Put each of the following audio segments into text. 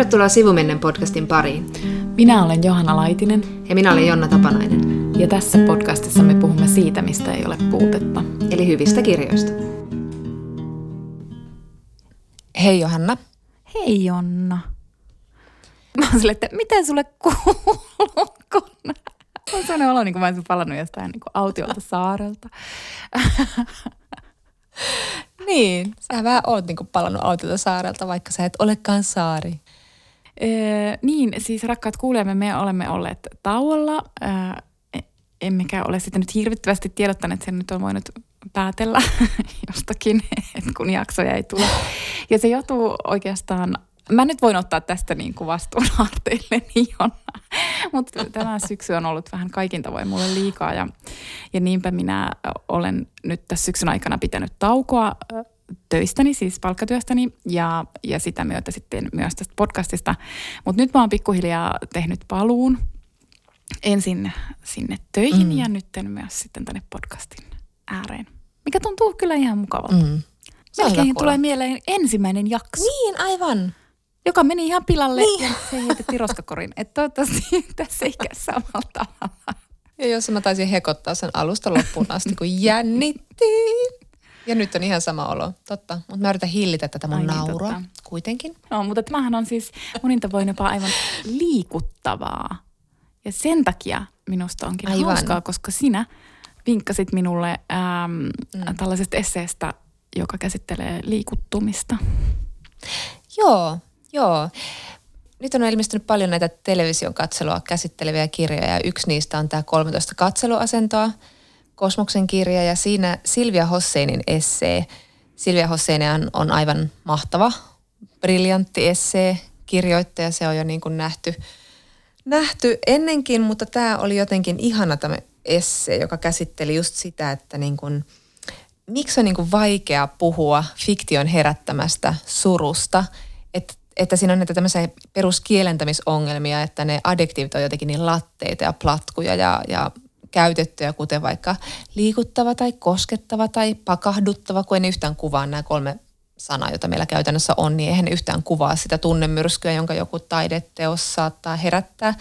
Tervetuloa Sivumennen podcastin pariin. Minä olen Johanna Laitinen. Ja minä olen Jonna Tapanainen. Ja tässä podcastissa me puhumme siitä, mistä ei ole puutetta. Eli hyvistä kirjoista. Hei Johanna. Hei Jonna. Mä oon silleen, että miten sulle kuuluu? On sellainen olo, niin kuin mä olisin palannut jostain niin kuin autiolta saarelta. Niin, sä vähän oot niin kuin palannut autiolta saarelta, vaikka sä et olekaan saari. Niin, siis rakkaat kuulijamme, me olemme olleet tauolla. Emmekä ole sitten nyt hirvittävästi tiedottaneet, sen nyt on voinut päätellä jostakin, että kun jaksoja ei tule. Ja se johtuu oikeastaan, mä nyt voin ottaa tästä niin kuin vastuun harteilleni, Jonna. Mutta tämä syksy on ollut vähän kaikin tavoin mulle liikaa ja niinpä minä olen nyt tässä syksyn aikana pitänyt taukoa töistäni, siis palkkatyöstäni ja sitä myötä sitten myös tästä podcastista. Mutta nyt mä oon pikkuhiljaa tehnyt paluun ensin sinne töihin ja nyt myös sitten tänne podcastin ääreen, mikä tuntuu kyllä ihan mukavalta. Melkein tulee mieleen ensimmäinen jakso. Niin, aivan. Joka meni ihan pilalle ja se heitettiin roskakorin. Että toivottavasti tässä ei käy samalla tavalla. Ja jos mä taisin hekottaa sen alusta loppuun asti, kun jännittiin. Ja nyt on ihan sama olo, totta. Mutta mä yritän hillitä tätä mun naurua kuitenkin. No, mutta tämähän on siis monin tavoin jopa aivan liikuttavaa. Ja sen takia minusta onkin hauskaa, koska sinä vinkkasit minulle tällaisesta esseestä, joka käsittelee liikuttumista. Joo. Nyt on ilmestynyt paljon näitä television katselua käsitteleviä kirjoja ja yksi niistä on tämä 13 katseluasentoa, Kosmoksen kirja ja siinä Silvia Hosseinin essee. Silvia Hossein on aivan mahtava, briljantti essee kirjoittaja, se on jo niin kuin nähty ennenkin, mutta tämä oli jotenkin ihana tämä essee, joka käsitteli just sitä, että niin kuin, miksi on niin kuin vaikea puhua fiktion herättämästä surusta, että siinä on näitä tämmöisiä peruskielentämisongelmia, että ne adjektiivit on jotenkin niin latteita ja platkuja ja käytettyjä, kuten vaikka liikuttava tai koskettava tai pakahduttava, kun ei ne yhtään kuvaa nämä 3 sanaa, joita meillä käytännössä on, niin eihän ne yhtään kuvaa sitä tunnemyrskyä, jonka joku taideteos saattaa herättää.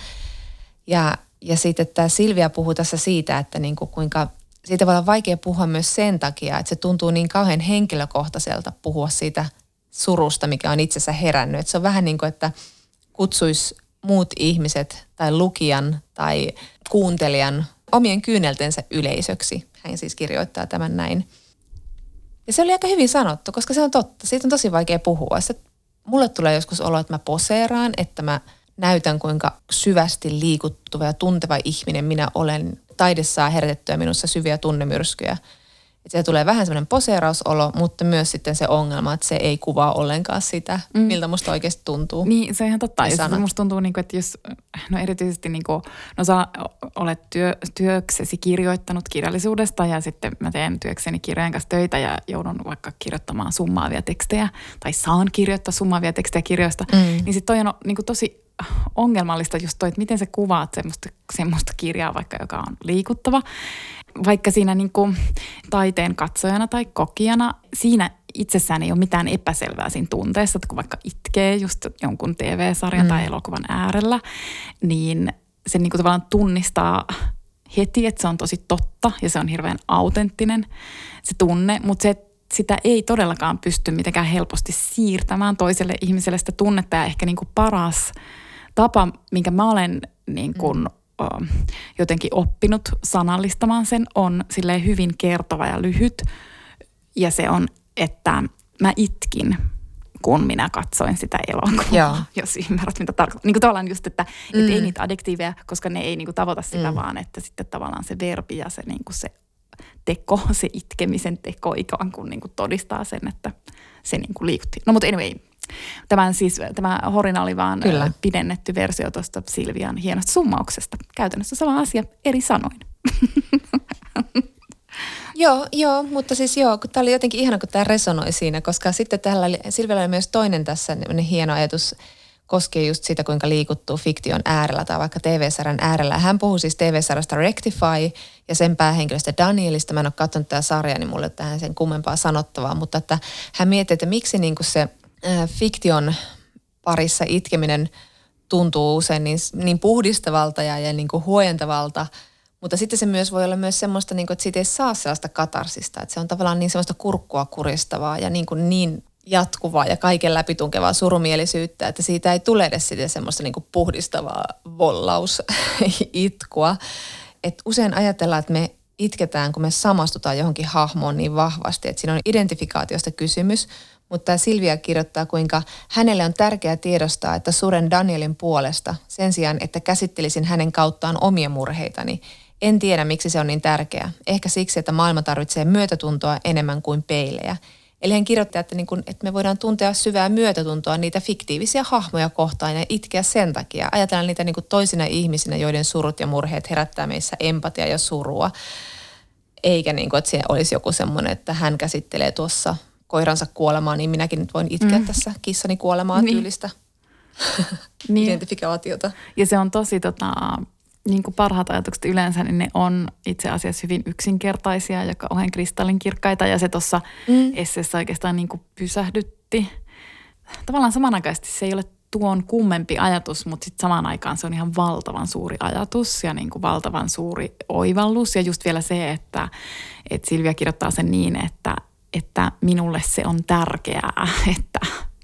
Ja sitten tämä Silvia puhuu tässä siitä, että niin kuin kuinka siitä voi olla vaikea puhua myös sen takia, että se tuntuu niin kauhean henkilökohtaiselta puhua siitä surusta, mikä on itsessä herännyt. Että se on vähän niin kuin, että kutsuisi muut ihmiset tai lukijan tai kuuntelijan omien kyyneltensä yleisöksi. Hän siis kirjoittaa tämän näin. Ja se oli aika hyvin sanottu, koska se on totta. Siitä on tosi vaikea puhua. Mulle tulee joskus olo, että mä poseeraan, että mä näytän kuinka syvästi liikuttuva ja tunteva ihminen minä olen. Taide saa herätettyä minussa syviä tunnemyrskyjä. Että se tulee vähän semmoinen poseerausolo, mutta myös sitten se ongelma, että se ei kuvaa ollenkaan sitä, miltä musta oikeasti tuntuu. Niin, se on ihan totta. Ja musta tuntuu, että jos, no erityisesti, sä olet työksesi kirjoittanut kirjallisuudesta ja sitten mä teen työkseni kirjojen kanssa töitä ja joudun vaikka kirjoittamaan summaavia tekstejä tai saan kirjoittaa summaavia tekstejä kirjoista, niin sitten toi on tosi ongelmallista just toi, että miten sä kuvaat semmoista kirjaa vaikka, joka on liikuttava. Vaikka siinä taiteen katsojana tai kokijana, siinä itsessään ei ole mitään epäselvää siinä tunteessa, että kun vaikka itkee just jonkun TV-sarjan tai elokuvan äärellä, niin se tavallaan tunnistaa heti, että se on tosi totta ja se on hirveän autenttinen se tunne, mutta sitä ei todellakaan pysty mitenkään helposti siirtämään toiselle ihmiselle sitä tunnetta ja ehkä paras tapa, minkä mä olen jotenkin oppinut sanallistamaan sen, on silleen hyvin kertova ja lyhyt. Ja se on, että mä itkin, kun minä katsoin sitä elokuvaa, jos ymmärrät, mitä tarkoittaa. Tavallaan just, että ei niitä adjektiiveja, koska ne ei tavoita sitä, vaan että sitten tavallaan se verbi ja se, se teko, se itkemisen teko ikään kuin todistaa sen, että se liikutti. No mutta anyway. Tämä horina oli vaan pidennetty versio tuosta Silvian hienosta summauksesta. Käytännössä sama asia eri sanoin. Joo, mutta siis kun tämä oli jotenkin ihana, kun tämä resonoi siinä, koska sitten Silvialla oli myös toinen tässä hieno ajatus, koskee just sitä, kuinka liikuttuu fiktion äärellä tai vaikka TV-sarjan äärellä. Hän puhuu siis TV-sarjasta Rectify ja sen päähenkilöstä Danielista. Mä en ole katsonut tätä sarjaa, niin mulle tähän sen kummempaa sanottavaa, mutta että hän miettii, että miksi se fiktion parissa itkeminen tuntuu usein niin puhdistavalta ja niin kuin huojentavalta, mutta sitten se myös voi olla myös semmoista, niin kuin, että siitä ei saa sellaista katarsista, että se on tavallaan niin semmoista kurkkua kuristavaa ja niin jatkuvaa ja kaiken läpitunkevaa surumielisyyttä, että siitä ei tule edes sitä semmoista niin kuin puhdistavaa vollausitkua. Että usein ajatellaan, että me itketään, kun me samastutaan johonkin hahmoon niin vahvasti, että siinä on identifikaatiosta kysymys, mutta Silvia kirjoittaa, kuinka hänelle on tärkeää tiedostaa, että suren Danielin puolesta sen sijaan, että käsittelisin hänen kauttaan omia murheitani. En tiedä, miksi se on niin tärkeää. Ehkä siksi, että maailma tarvitsee myötätuntoa enemmän kuin peilejä. Eli hän kirjoittaa, että me voidaan tuntea syvää myötätuntoa niitä fiktiivisiä hahmoja kohtaan ja itkeä sen takia. Ajatellaan niitä niin kuin toisina ihmisinä, joiden surut ja murheet herättää meissä empatiaa ja surua. Eikä niin kuin, että se olisi joku semmoinen, että hän käsittelee tuossa koiransa kuolemaa, niin minäkin nyt voin itkeä tässä kissani kuolemaa tyylistä identifikaatiota. Ja se on tosi niin kuin parhaat ajatukset yleensä, niin ne on itse asiassa hyvin yksinkertaisia ja kauhean kristallinkirkkaita. Ja se tuossa esseessä oikeastaan niin kuin pysähdytti. Tavallaan samanaikaisesti se ei ole tuon kummempi ajatus, mutta sitten samaan aikaan se on ihan valtavan suuri ajatus ja niin kuin valtavan suuri oivallus. Ja just vielä se, että Silvia kirjoittaa sen niin, että minulle se on tärkeää, että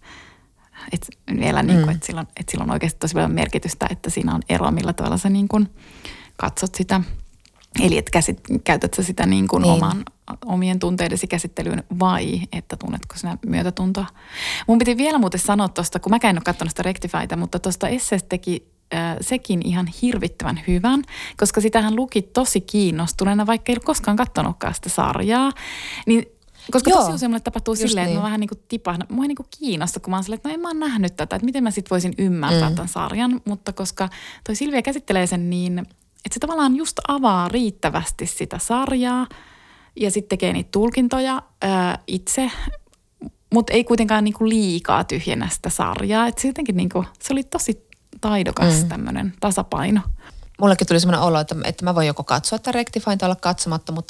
vielä niin kuin, että sillä on oikeasti tosi paljon merkitystä, että siinä on ero, millä tavalla sä niin kuin katsot sitä. Eli että käytät sä sitä niin kuin omien tunteidesi käsittelyyn vai että tunnetko sinä myötätuntoa. Mun piti vielä muuten sanoa tuosta, kun mäkään en ole katsonut sitä Rectifyta, mutta tuosta esseestä teki sekin ihan hirvittävän hyvän, koska sitähän luki tosi kiinnostuneena, vaikka ei ole koskaan katsonutkaan sitä sarjaa, niin koska tosi usein mulle tapahtuu silleen, että mä vähän niin kuin tipahdan. Mua ei niin kuin kiinnosta, kun mä oon silleen, että no en mä oon nähnyt tätä, että miten mä sit voisin ymmärtää tämän sarjan. Mutta koska toi Silvia käsittelee sen niin, että se tavallaan just avaa riittävästi sitä sarjaa ja sitten tekee niitä tulkintoja itse, mutta ei kuitenkaan niin kuin liikaa tyhjennä sitä sarjaa. Että se jotenkin niin kuin, se oli tosi taidokas tämmöinen tasapaino. Mullekin tuli semmoinen olo, että mä voin joko katsoa tämän Rectifyn tai olla katsomatta, mutta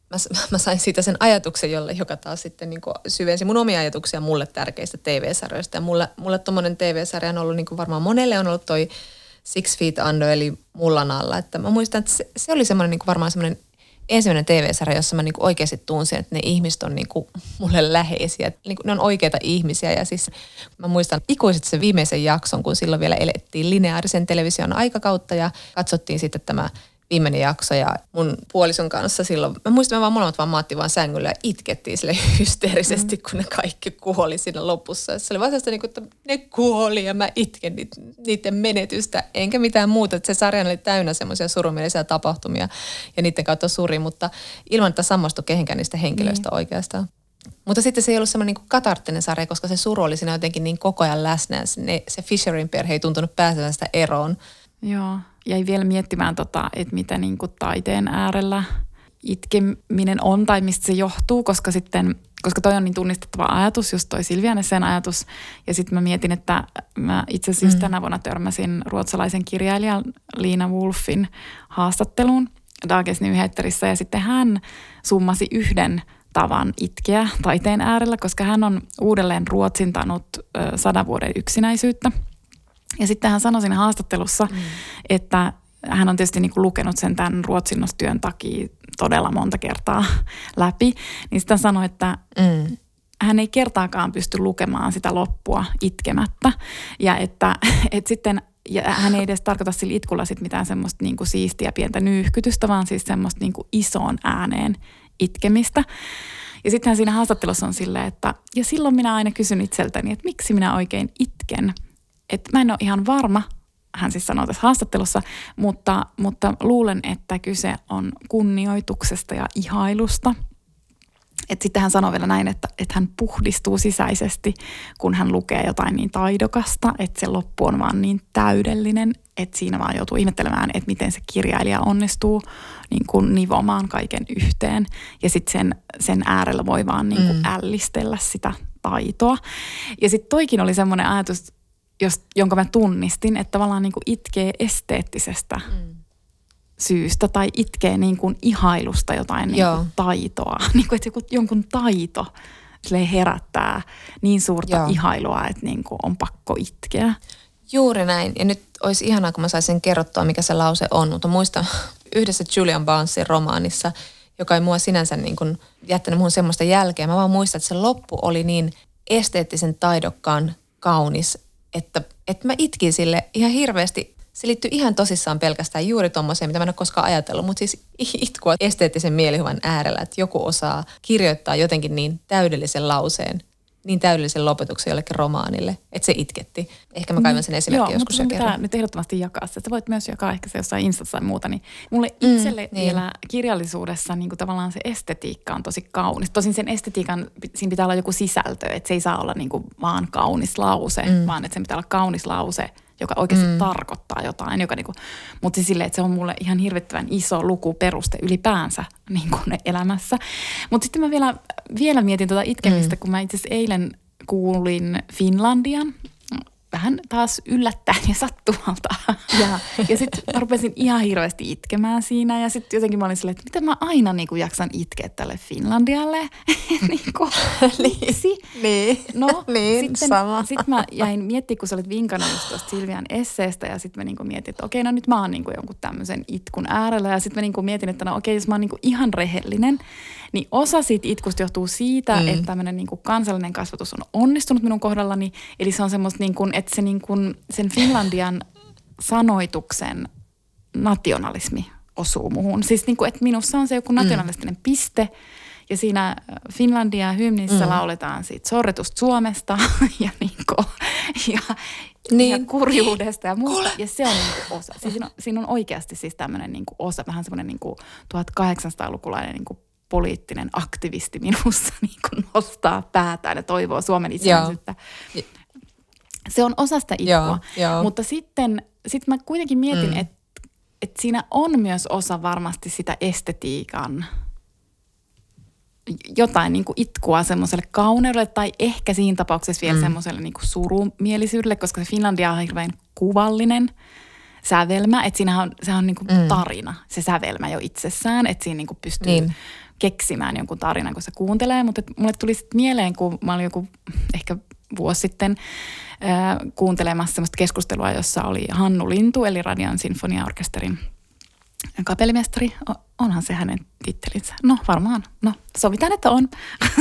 mä sain siitä sen ajatuksen, joka taas sitten niin kuin syvensi mun omia ajatuksia mulle tärkeistä TV-sarjoista. Ja mulle tommoinen TV-sarja on ollut, niin kuin varmaan monelle on ollut toi Six Feet Under, eli Mullan alla. Että mä muistan, että se oli semmoinen niin kuin varmaan semmoinen ensimmäinen TV-sarja, jossa mä niin kuin oikeasti tunsin, että ne ihmiset on niin kuin mulle läheisiä. Niin kuin ne on oikeita ihmisiä. Ja siis mä muistan ikuisesti sen viimeisen jakson, kun silloin vielä elettiin lineaarisen television aikakautta ja katsottiin sitten tämä viimeinen jakso ja mun puolison kanssa silloin, mä muistan, me vaan molemmat vaan maattiin vaan sängyllä ja itkettiin sille hysteerisesti, kun ne kaikki kuoli siinä lopussa. Se oli vaan sellaista, että ne kuoli ja mä itken niiden menetystä, enkä mitään muuta. Se sarja oli täynnä semmoisia surumielisiä tapahtumia ja niiden kautta suri, mutta ilman, että samastui kehenkään niistä henkilöistä oikeastaan. Mutta sitten se ei ollut semmoinen niin katarttinen sarja, koska se suru oli siinä jotenkin niin koko ajan läsnä ja se Fisherin perhe ei tuntunut pääsevän sitä eroon. Joo. Jäi vielä miettimään, että mitä niin kuin taiteen äärellä itkeminen on tai mistä se johtuu, koska toi on niin tunnistettava ajatus, just toi Silvian sen ajatus. Ja sitten mä mietin, että mä itse asiassa just tänä vuonna törmäsin ruotsalaisen kirjailijan Lina Wolfin haastatteluun Dagens Nyheterissä. Ja sitten hän summasi yhden tavan itkeä taiteen äärellä, koska hän on uudelleen ruotsintanut 100 vuoden yksinäisyyttä. Ja sitten hän sanoi siinä haastattelussa, että hän on tietysti niin kuin lukenut sen tämän ruotsinnostyön takia todella monta kertaa läpi. Niin sitten hän sanoi, että hän ei kertaakaan pysty lukemaan sitä loppua itkemättä. Ja että sitten ja hän ei edes tarkoita sillä itkulla sit mitään semmoista niin kuin siistiä pientä nyyhkytystä, vaan siis semmoista niin kuin isoon ääneen itkemistä. Ja sitten hän siinä haastattelussa on silleen, että ja silloin minä aina kysyn itseltäni, että miksi minä oikein itken. Että mä en ole ihan varma, hän siis sanoo tässä haastattelussa, mutta luulen, että kyse on kunnioituksesta ja ihailusta. Että sitten hän sanoo vielä näin, että hän puhdistuu sisäisesti, kun hän lukee jotain niin taidokasta, että se loppu on vaan niin täydellinen, että siinä vaan joutuu ihmettelemään, että miten se kirjailija onnistuu niin kuin nivomaan kaiken yhteen. Ja sitten sen äärellä voi vaan niin kuin ällistellä sitä taitoa. Ja sitten toikin oli semmoinen ajatus, jonka mä tunnistin, että tavallaan niin kuin itkee esteettisestä syystä tai itkee niin kuin ihailusta jotain niin kuin taitoa. Niin kuin, että jonkun taito silleen herättää niin suurta ihailua, että niin kuin on pakko itkeä. Juuri näin. Ja nyt olisi ihanaa, kun mä saisin kerrottua, mikä se lause on. Mutta muistan yhdessä Julian Barnesin romaanissa, joka ei mua sinänsä niin kuin jättänyt muun semmoista jälkeä. Mä vaan muistan, että se loppu oli niin esteettisen taidokkaan kaunis, että mä itkin sille ihan hirveästi. Se liittyy ihan tosissaan pelkästään juuri tommoseen, mitä mä en ole koskaan ajatellut, mutta siis itkua esteettisen mielihyvän äärellä, että joku osaa kirjoittaa jotenkin niin täydellisen lauseen, niin täydellisen lopetuksen jollekin romaanille, että se itketti. Ehkä mä kaivan sen esimerkki joskus jo kerran. Joo, mutta pitää nyt ehdottomasti jakaa se. Sä voit myös jakaa ehkä se jossain Instassa tai muuta. Niin mulle itselle vielä kirjallisuudessa niin kuin tavallaan se estetiikka on tosi kaunis. Tosin sen estetiikan, siinä pitää olla joku sisältö, että se ei saa olla niin kuin vaan kaunis lause, vaan että se pitää olla kaunis lause, joka oikeasti tarkoittaa jotain. Mutta siis silleen, että se on mulle ihan hirvittävän iso lukuperuste ylipäänsä niin kuin elämässä. Mutta sitten mä vielä mietin tuota itkemistä, kun mä itse asiassa eilen kuulin Finlandian. Vähän taas yllättäen ja sattumalta. Ja sitten mä rupesin ihan hirveästi itkemään siinä. Ja sitten jotenkin mä olin silleen, että miten mä aina niin kuin jaksan itkeä tälle Finlandialle. Miksi? No, sama. Sitten mä jäin miettimään, kun sä olit vinkannut just tuosta Silvian esseestä. Ja sitten mä niin kuin mietin, että okei, no nyt mä oon niin kuin jonkun tämmöisen itkun äärellä. Ja sitten mä niin kuin mietin, että no okei, jos mä oon niin kuin ihan rehellinen, niin osa siitä itkusta johtuu siitä, että tämmöinen niin kuin kansallinen kasvatus on onnistunut minun kohdallani. Eli se on semmoista niin kuin, että se niin kuin sen Finlandian sanoituksen nationalismi osuu muhun. Siis niin kuin, että minussa on se joku nationalistinen piste. Ja siinä Finlandia hymnissä lauletaan siitä sorretusta Suomesta ja, ja kurjuudesta ja muusta. Ja se on niin kuin osa. Siis siinä on oikeasti siis tämmöinen niin kuin osa, vähän semmoinen niin kuin 1800-lukulainen niin kuin poliittinen aktivisti minussa niin kuin nostaa päätään ja toivoo Suomen itsenäisyyttä. Se on osa sitä itkua. Mutta sitten mä kuitenkin mietin, että siinä on myös osa varmasti sitä estetiikan jotain niin kuin itkua semmoiselle kauneudelle tai ehkä siinä tapauksessa vielä semmoiselle niin kuin surumielisyydelle, koska se Finlandia on hirveän kuvallinen sävelmä, että sehän on niin kuin tarina, se sävelmä jo itsessään, että siinä niin kuin pystyy keksimään jonkun tarinan, kun se kuuntelee, mutta mulle tuli sitten mieleen, kun mä olin joku ehkä vuosi sitten kuuntelemassa semmoista keskustelua, jossa oli Hannu Lintu, eli Radion sinfoniaorkesterin kapellimestari. Onhan se hänen tittelinsä? No varmaan. No sovitaan, että on.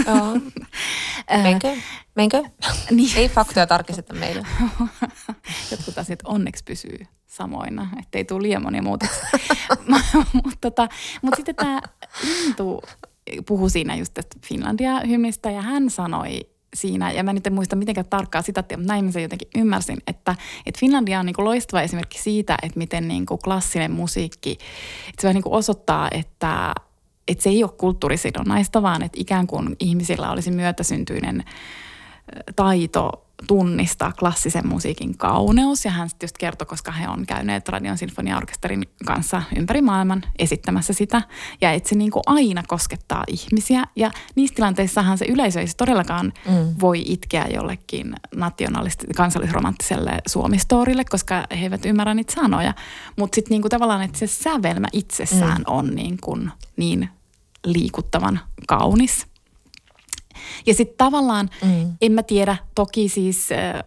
Menkö? Niin. Ei faktoja tarkisteta meille. Jotkut asiat onneksi pysyy samoina, ettei tule liian monia muutoksia. Mutta sitten tämä Lintu puhui siinä just tästä Finlandia-hymnistä ja hän sanoi siinä, ja mä nyt en muista mitenkään tarkkaa sitaattia, mutta näin mä sen jotenkin ymmärsin, että Finlandia on niin kuin loistava esimerkki siitä, että miten niin kuin klassinen musiikki, että se vähän niin kuin osoittaa, että se ei ole kulttuurisidonnaista, vaan että ikään kuin ihmisillä olisi myötäsyntyinen taito tunnistaa klassisen musiikin kauneus. Ja hän sitten just kertoi, koska he on käyneet Radion sinfoniaorkesterin kanssa ympäri maailman esittämässä sitä. Ja että se niin kuin aina koskettaa ihmisiä. Ja niissä tilanteissahan se yleisö ei todellakaan voi itkeä jollekin kansallisromanttiselle suomistorille, koska he eivät ymmärrä niitä sanoja. Mutta sitten niin kuin tavallaan, että se sävelmä itsessään on niin liikuttavan kaunis. Ja sitten tavallaan, en mä tiedä, toki siis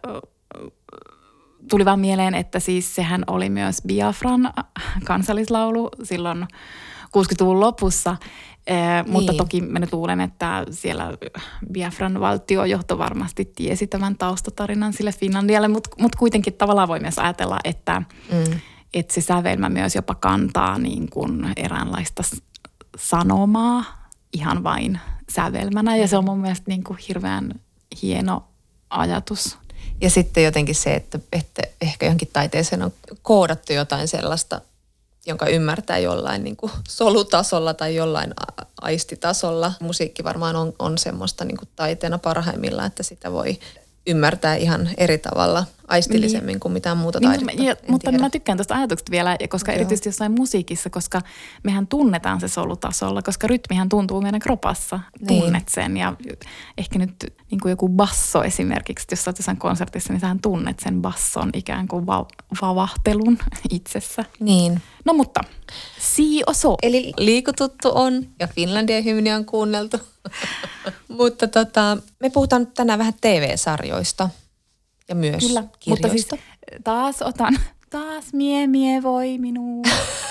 tuli vaan mieleen, että siis sehän oli myös Biafran kansallislaulu silloin 60-luvun lopussa, mutta toki mä nyt luulen, että siellä Biafran valtiojohto varmasti tiesi tämän taustatarinan sille Finlandialle, mutta kuitenkin tavallaan voi myös ajatella, että se sävelmä myös jopa kantaa niin kuin eräänlaista sanomaa ihan vain sävelmänä ja se on mun mielestä niin kuin hirveän hieno ajatus. Ja sitten jotenkin se, että ehkä johonkin taiteeseen on koodattu jotain sellaista, jonka ymmärtää jollain niin kuin solutasolla tai jollain aistitasolla. Musiikki varmaan on semmoista niin kuin taiteena parhaimmillaan, että sitä voi ymmärtää ihan eri tavalla aistillisemmin kuin mitään muuta taidetta. Mutta mä tykkään tuosta ajatuksesta vielä, koska erityisesti jossain musiikissa, koska mehän tunnetaan se solutasolla, koska rytmihän tuntuu meidän kropassa. Tunnet sen ja ehkä nyt niin kuin joku basso esimerkiksi, jos sä oot jossain konsertissa, niin sähän tunnet sen basson ikään kuin vavahtelun itsessä. Niin. No mutta, si och så. Eli liikututtu on ja Finlandia hymni on kuunneltu. Mutta me puhutaan tänään vähän TV-sarjoista ja myös Kyllä, kirjoista. Mutta siis taas mie voi minuun.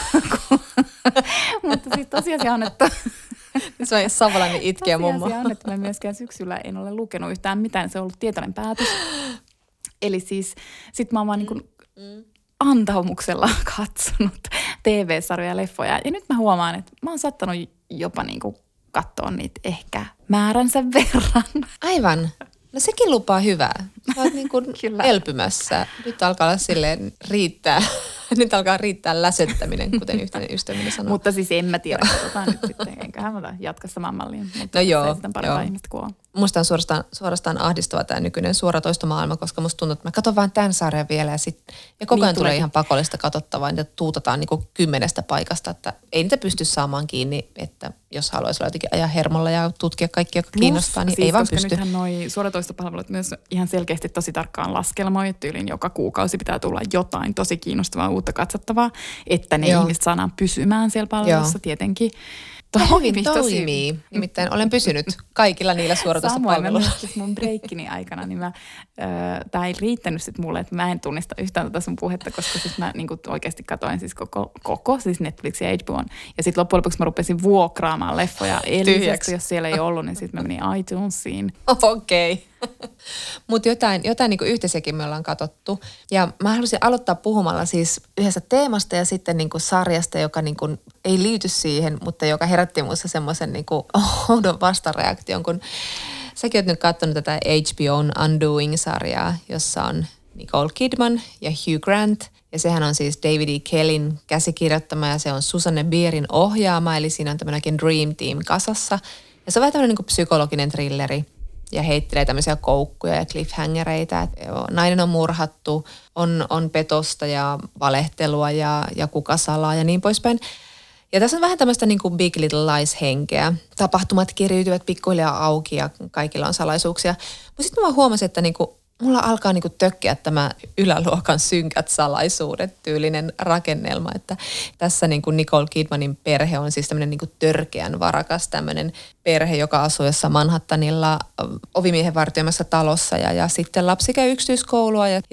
Mutta siis tosiasia on, että se on savolainen itkeä mummo. Tosiasia on, että mä myöskään syksyllä en ole lukenut yhtään mitään. Se on ollut tietoinen päätös. Eli siis sit mä oon vaan niin kuin antaumuksella katsonut TV-sarjoja ja leffoja. Ja nyt mä huomaan, että mä oon saattanut jopa niin kuin katsoa niitä ehkä määränsä verran. Aivan. No sekin lupaa hyvää. Sä oot niin kuin elpymässä. Nyt alkaa olla silleen riittää. Nyt alkaa riittää läsettäminen, kuten yhteinen ystäväni sanoo. Mutta siis en mä tiedä, katsotaan nyt sitten. Enköhän mä jatka samaan malliin. Mutta no joo. Se parempaa ihmistä kuin on. Musta on suorastaan ahdistava tämä nykyinen suoratoistomaailma, koska musta tuntuu, että mä katson vaan tämän sarjan vielä ja koko ajan tulee ihan pakollista katsottavaa. Niitä tuutataan niin kuin 10 paikasta, että ei niitä pysty saamaan kiinni, että jos haluaisi olla jotenkin ajaa hermolla ja tutkia kaikki, joka kiinnostaa, niin siis, ei vaan pysty. Nythän noi suoratoistopalvelut myös ihan selkeästi tosi tarkkaan laskelmoi, tyyliin joka kuukausi pitää tulla jotain tosi kiinnostavaa uutta katsottavaa, että ne ihmiset saadaan pysymään siellä palvelussa tietenkin. Toimii. Nimittäin olen pysynyt kaikilla niillä suoratoistopalveluilla. Samoin mä mun breikkini aikana, niin tää ei riittänyt sit mulle, että mä en tunnista yhtään tätä sun puhetta, koska siis mä niin oikeasti katoin siis koko siis Netflix ja HBOn. Ja sitten loppujen lopuksi mä rupesin vuokraamaan leffoja Elisestä, jos siellä ei ollut, niin sitten mä menin iTunesiin. Okei. Mutta jotain niin kuin yhteisiäkin me ollaan katsottu. Ja mä haluaisin aloittaa puhumalla siis yhdessä teemasta ja sitten niin kuin sarjasta, joka niin kuin ei liity siihen, mutta joka herätti minussa semmoisen niin kuin oudon vastareaktion, kun säkin oot nyt katsonut tätä HBOn Undoing-sarjaa, jossa on Nicole Kidman ja Hugh Grant. Ja sehän on siis David E. Kellyn käsikirjoittama ja se on Susanne Bierin ohjaama, eli siinä on tämmöinenkin Dream Team kasassa. Ja se on vähän tämmöinen niin kuin psykologinen thrilleri. Ja heittelee tämmöisiä koukkuja ja cliffhangereita, että nainen on murhattu, on petosta ja valehtelua ja kukasalaa ja niin poispäin. Ja tässä on vähän tämmöistä niin kuin Big Little Lies-henkeä. Tapahtumat kiriytyvät pikkuhiljaa auki ja kaikilla on salaisuuksia. Mutta sitten mä huomasin, että niin kuin mulla alkaa niin kuin tökkiä tämä yläluokan synkät salaisuudet tyylinen rakennelma, että tässä niin kuin Nicole Kidmanin perhe on siis tämmöinen niin kuin törkeän varakas tämmöinen perhe, joka asuu jossain Manhattanilla ovimiehen vartioimassa talossa ja sitten lapsi käy yksityiskoulua ja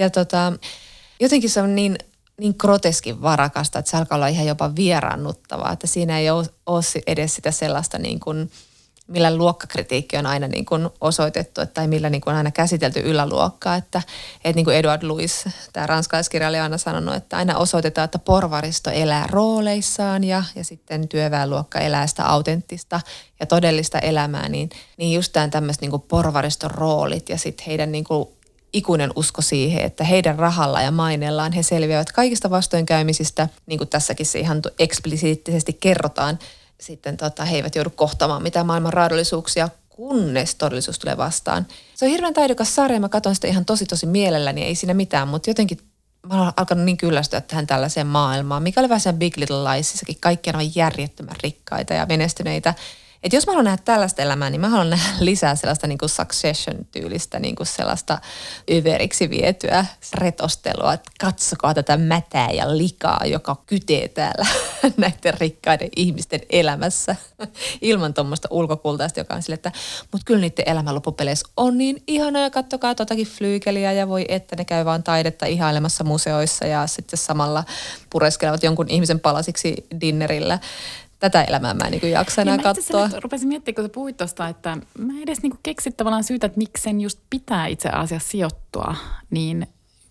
jotenkin se on niin groteskin varakasta, että se alkaa olla ihan jopa vieraannuttavaa, että siinä ei ole edes sitä sellaista niin kuin millä luokkakritiikki on aina niin kuin osoitettu, tai millä niin kuin on aina käsitelty yläluokkaa, että niin kuin Edward Louis, tämä ranskalaiskirjailija, on aina sanonut, että aina osoitetaan, että porvaristo elää rooleissaan ja sitten työväenluokka elää sitä autenttista ja todellista elämää, niin just tämmöiset niin kuin porvariston roolit ja sitten heidän niin kuin ikuinen usko siihen, että heidän rahalla ja maineellaan he selviävät kaikista vastoinkäymisistä, niin kuin tässäkin se ihan eksplisiittisesti kerrotaan. Sitten he eivät joudu kohtaamaan mitään maailman raadollisuuksia, kunnes todellisuus tulee vastaan. Se on hirveän taidokas sarja, mä katson sitä ihan tosi mielelläni, ei siinä mitään, mutta jotenkin mä olen alkanut niin kyllästyä tähän tällaiseen maailmaan, mikä oli vähän sen Big Little Liesissakin, kaikki on järjettömän rikkaita ja menestyneitä. Että jos mä haluan nähdä tällaista elämää, niin mä haluan nähdä lisää sellaista niin kuin Succession-tyylistä, niin kuin sellaista yveriksi vietyä retostelua, että katsokaa tätä mätää ja likaa, joka kytee täällä näiden rikkaiden ihmisten elämässä ilman tuommoista ulkokultaista, joka on sille, että mutta kyllä niiden elämä loppupeleissä on niin ihanaa ja katsokaa totakin flyykeliä ja voi että ne käy vaan taidetta ihailemassa museoissa ja sitten samalla pureskelevat jonkun ihmisen palasiksi dinnerillä. Tätä elämää mä en niin jaksa enää katsoa. Mä rupesin miettimään, kun sä puhuit tuosta, että mä edes niin keksit tavallaan syytä, että miksi sen just pitää itse asiassa sijoittua niin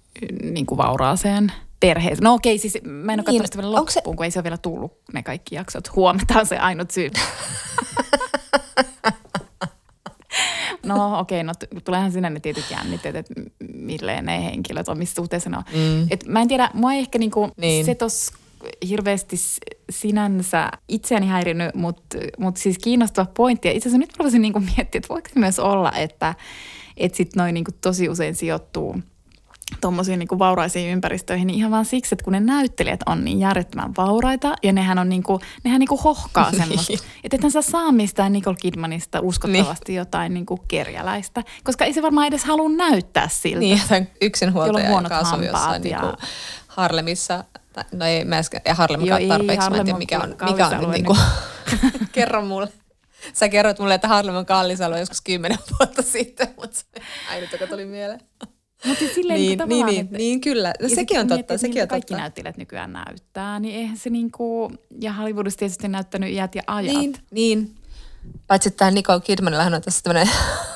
kuin vauraaseen perheeseen. No okei, siis mä en ole katsonut sitä vielä loppuun, kun ei se ole vielä tullut ne kaikki jaksot. Huomataan se ainut syy. No okei, no tuleehan sinne ne tietyt jännitteet, että milleen ne henkilöt on, missä suhteessa ne on. Et mä en tiedä, mua ei ehkä se tossa hirveästi sinänsä itseäni häirinyt, mutta siis kiinnostava pointti. Ja itse asiassa nyt haluaisin miettiä, että voiko se myös olla, että sit noin tosi usein sijoittuu tuommoisiin niin vauraisiin ympäristöihin, niin ihan vaan siksi, että kun ne näyttelijät on niin järjettömän vauraita ja nehän hohkaa semmoista. Että ethän sä saa mistään Nicole Kidmanista uskottavasti jotain niin kuin kerjäläistä, koska ei se varmaan edes halua näyttää siltä. Niin, jotain yksinhuoltaja, joka asuu jossain ja niin Harlemissa. No ei, mä en Harlemkaan tarpeeksi, mä en tiedä mikä on nyt niin kuin, kerro mulle. Sä kerrot mulle, että Harlem on kallis alue joskus 10 vuotta sitten, mutta se ainut, joka tuli mieleen. Mutta silleen niin, kyllä. No, sekin on totta. Kaikki näyttelijät nykyään näyttää, niin eihän se niinku, ja Hollywoodissa tietysti näyttänyt iät ja ajat. Niin. Paitsi että tämä Nicole Kidmanillahan on tässä tämmöinen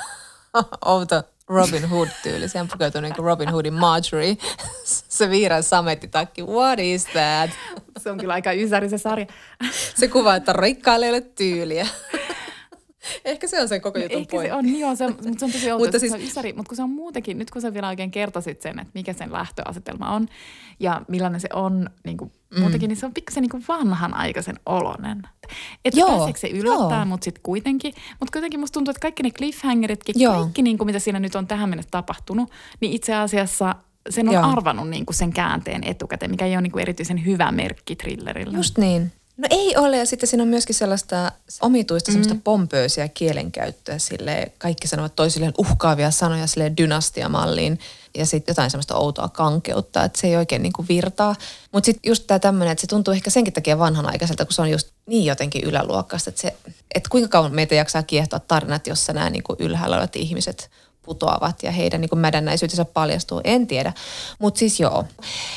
outo Robin Hood-tyyli. Sehän pukeutuu niin kuin Robin Hoodin Marjorie. Se viiran samettitakki. What is that? Se on kyllä aika ysäri se sarja. Se kuvaa, että rikkaille ei ole tyyliä. Ehkä se on sen koko jutun pointti. Ehkä se on, joo, mutta se on tosi outo, se on ysäri. Mutta kun se on muutenkin, nyt kun sä vielä oikein kertoisit sen, että mikä sen lähtöasetelma on ja millainen se on niin kuin muutenkin, niin se on pikkasen niin kuin vanhanaikaisen oloinen. Että pääseekö se yllättää, mutta sitten kuitenkin. Mutta kuitenkin musta tuntuu, että kaikki ne cliffhangeritkin, kaikki niin kuin mitä siinä nyt on tähän mennessä tapahtunut, niin itse asiassa sen on arvannut niin kuin sen käänteen etukäteen, mikä ei ole niin kuin erityisen hyvä merkki thrillerillä. Just niin. No ei ole, ja sitten siinä on myöskin sellaista omituista, semmoista pompöösiä kielenkäyttöä, silleen kaikki sanovat toisilleen uhkaavia sanoja silleen dynastiamalliin, ja sitten jotain semmoista outoa kankeutta, että se ei oikein niin kuin virtaa. Mutta sitten just tämä tämmöinen, että se tuntuu ehkä senkin takia vanhanaikaiselta, kun se on just niin jotenkin yläluokkaista, että kuinka kauan meitä jaksaa kiehtoa tarinat, jossa nämä niin kuin ylhäällä olevat ihmiset putoavat ja heidän niin kuin mädännäisyytensä paljastuu, en tiedä. Mutta siis joo.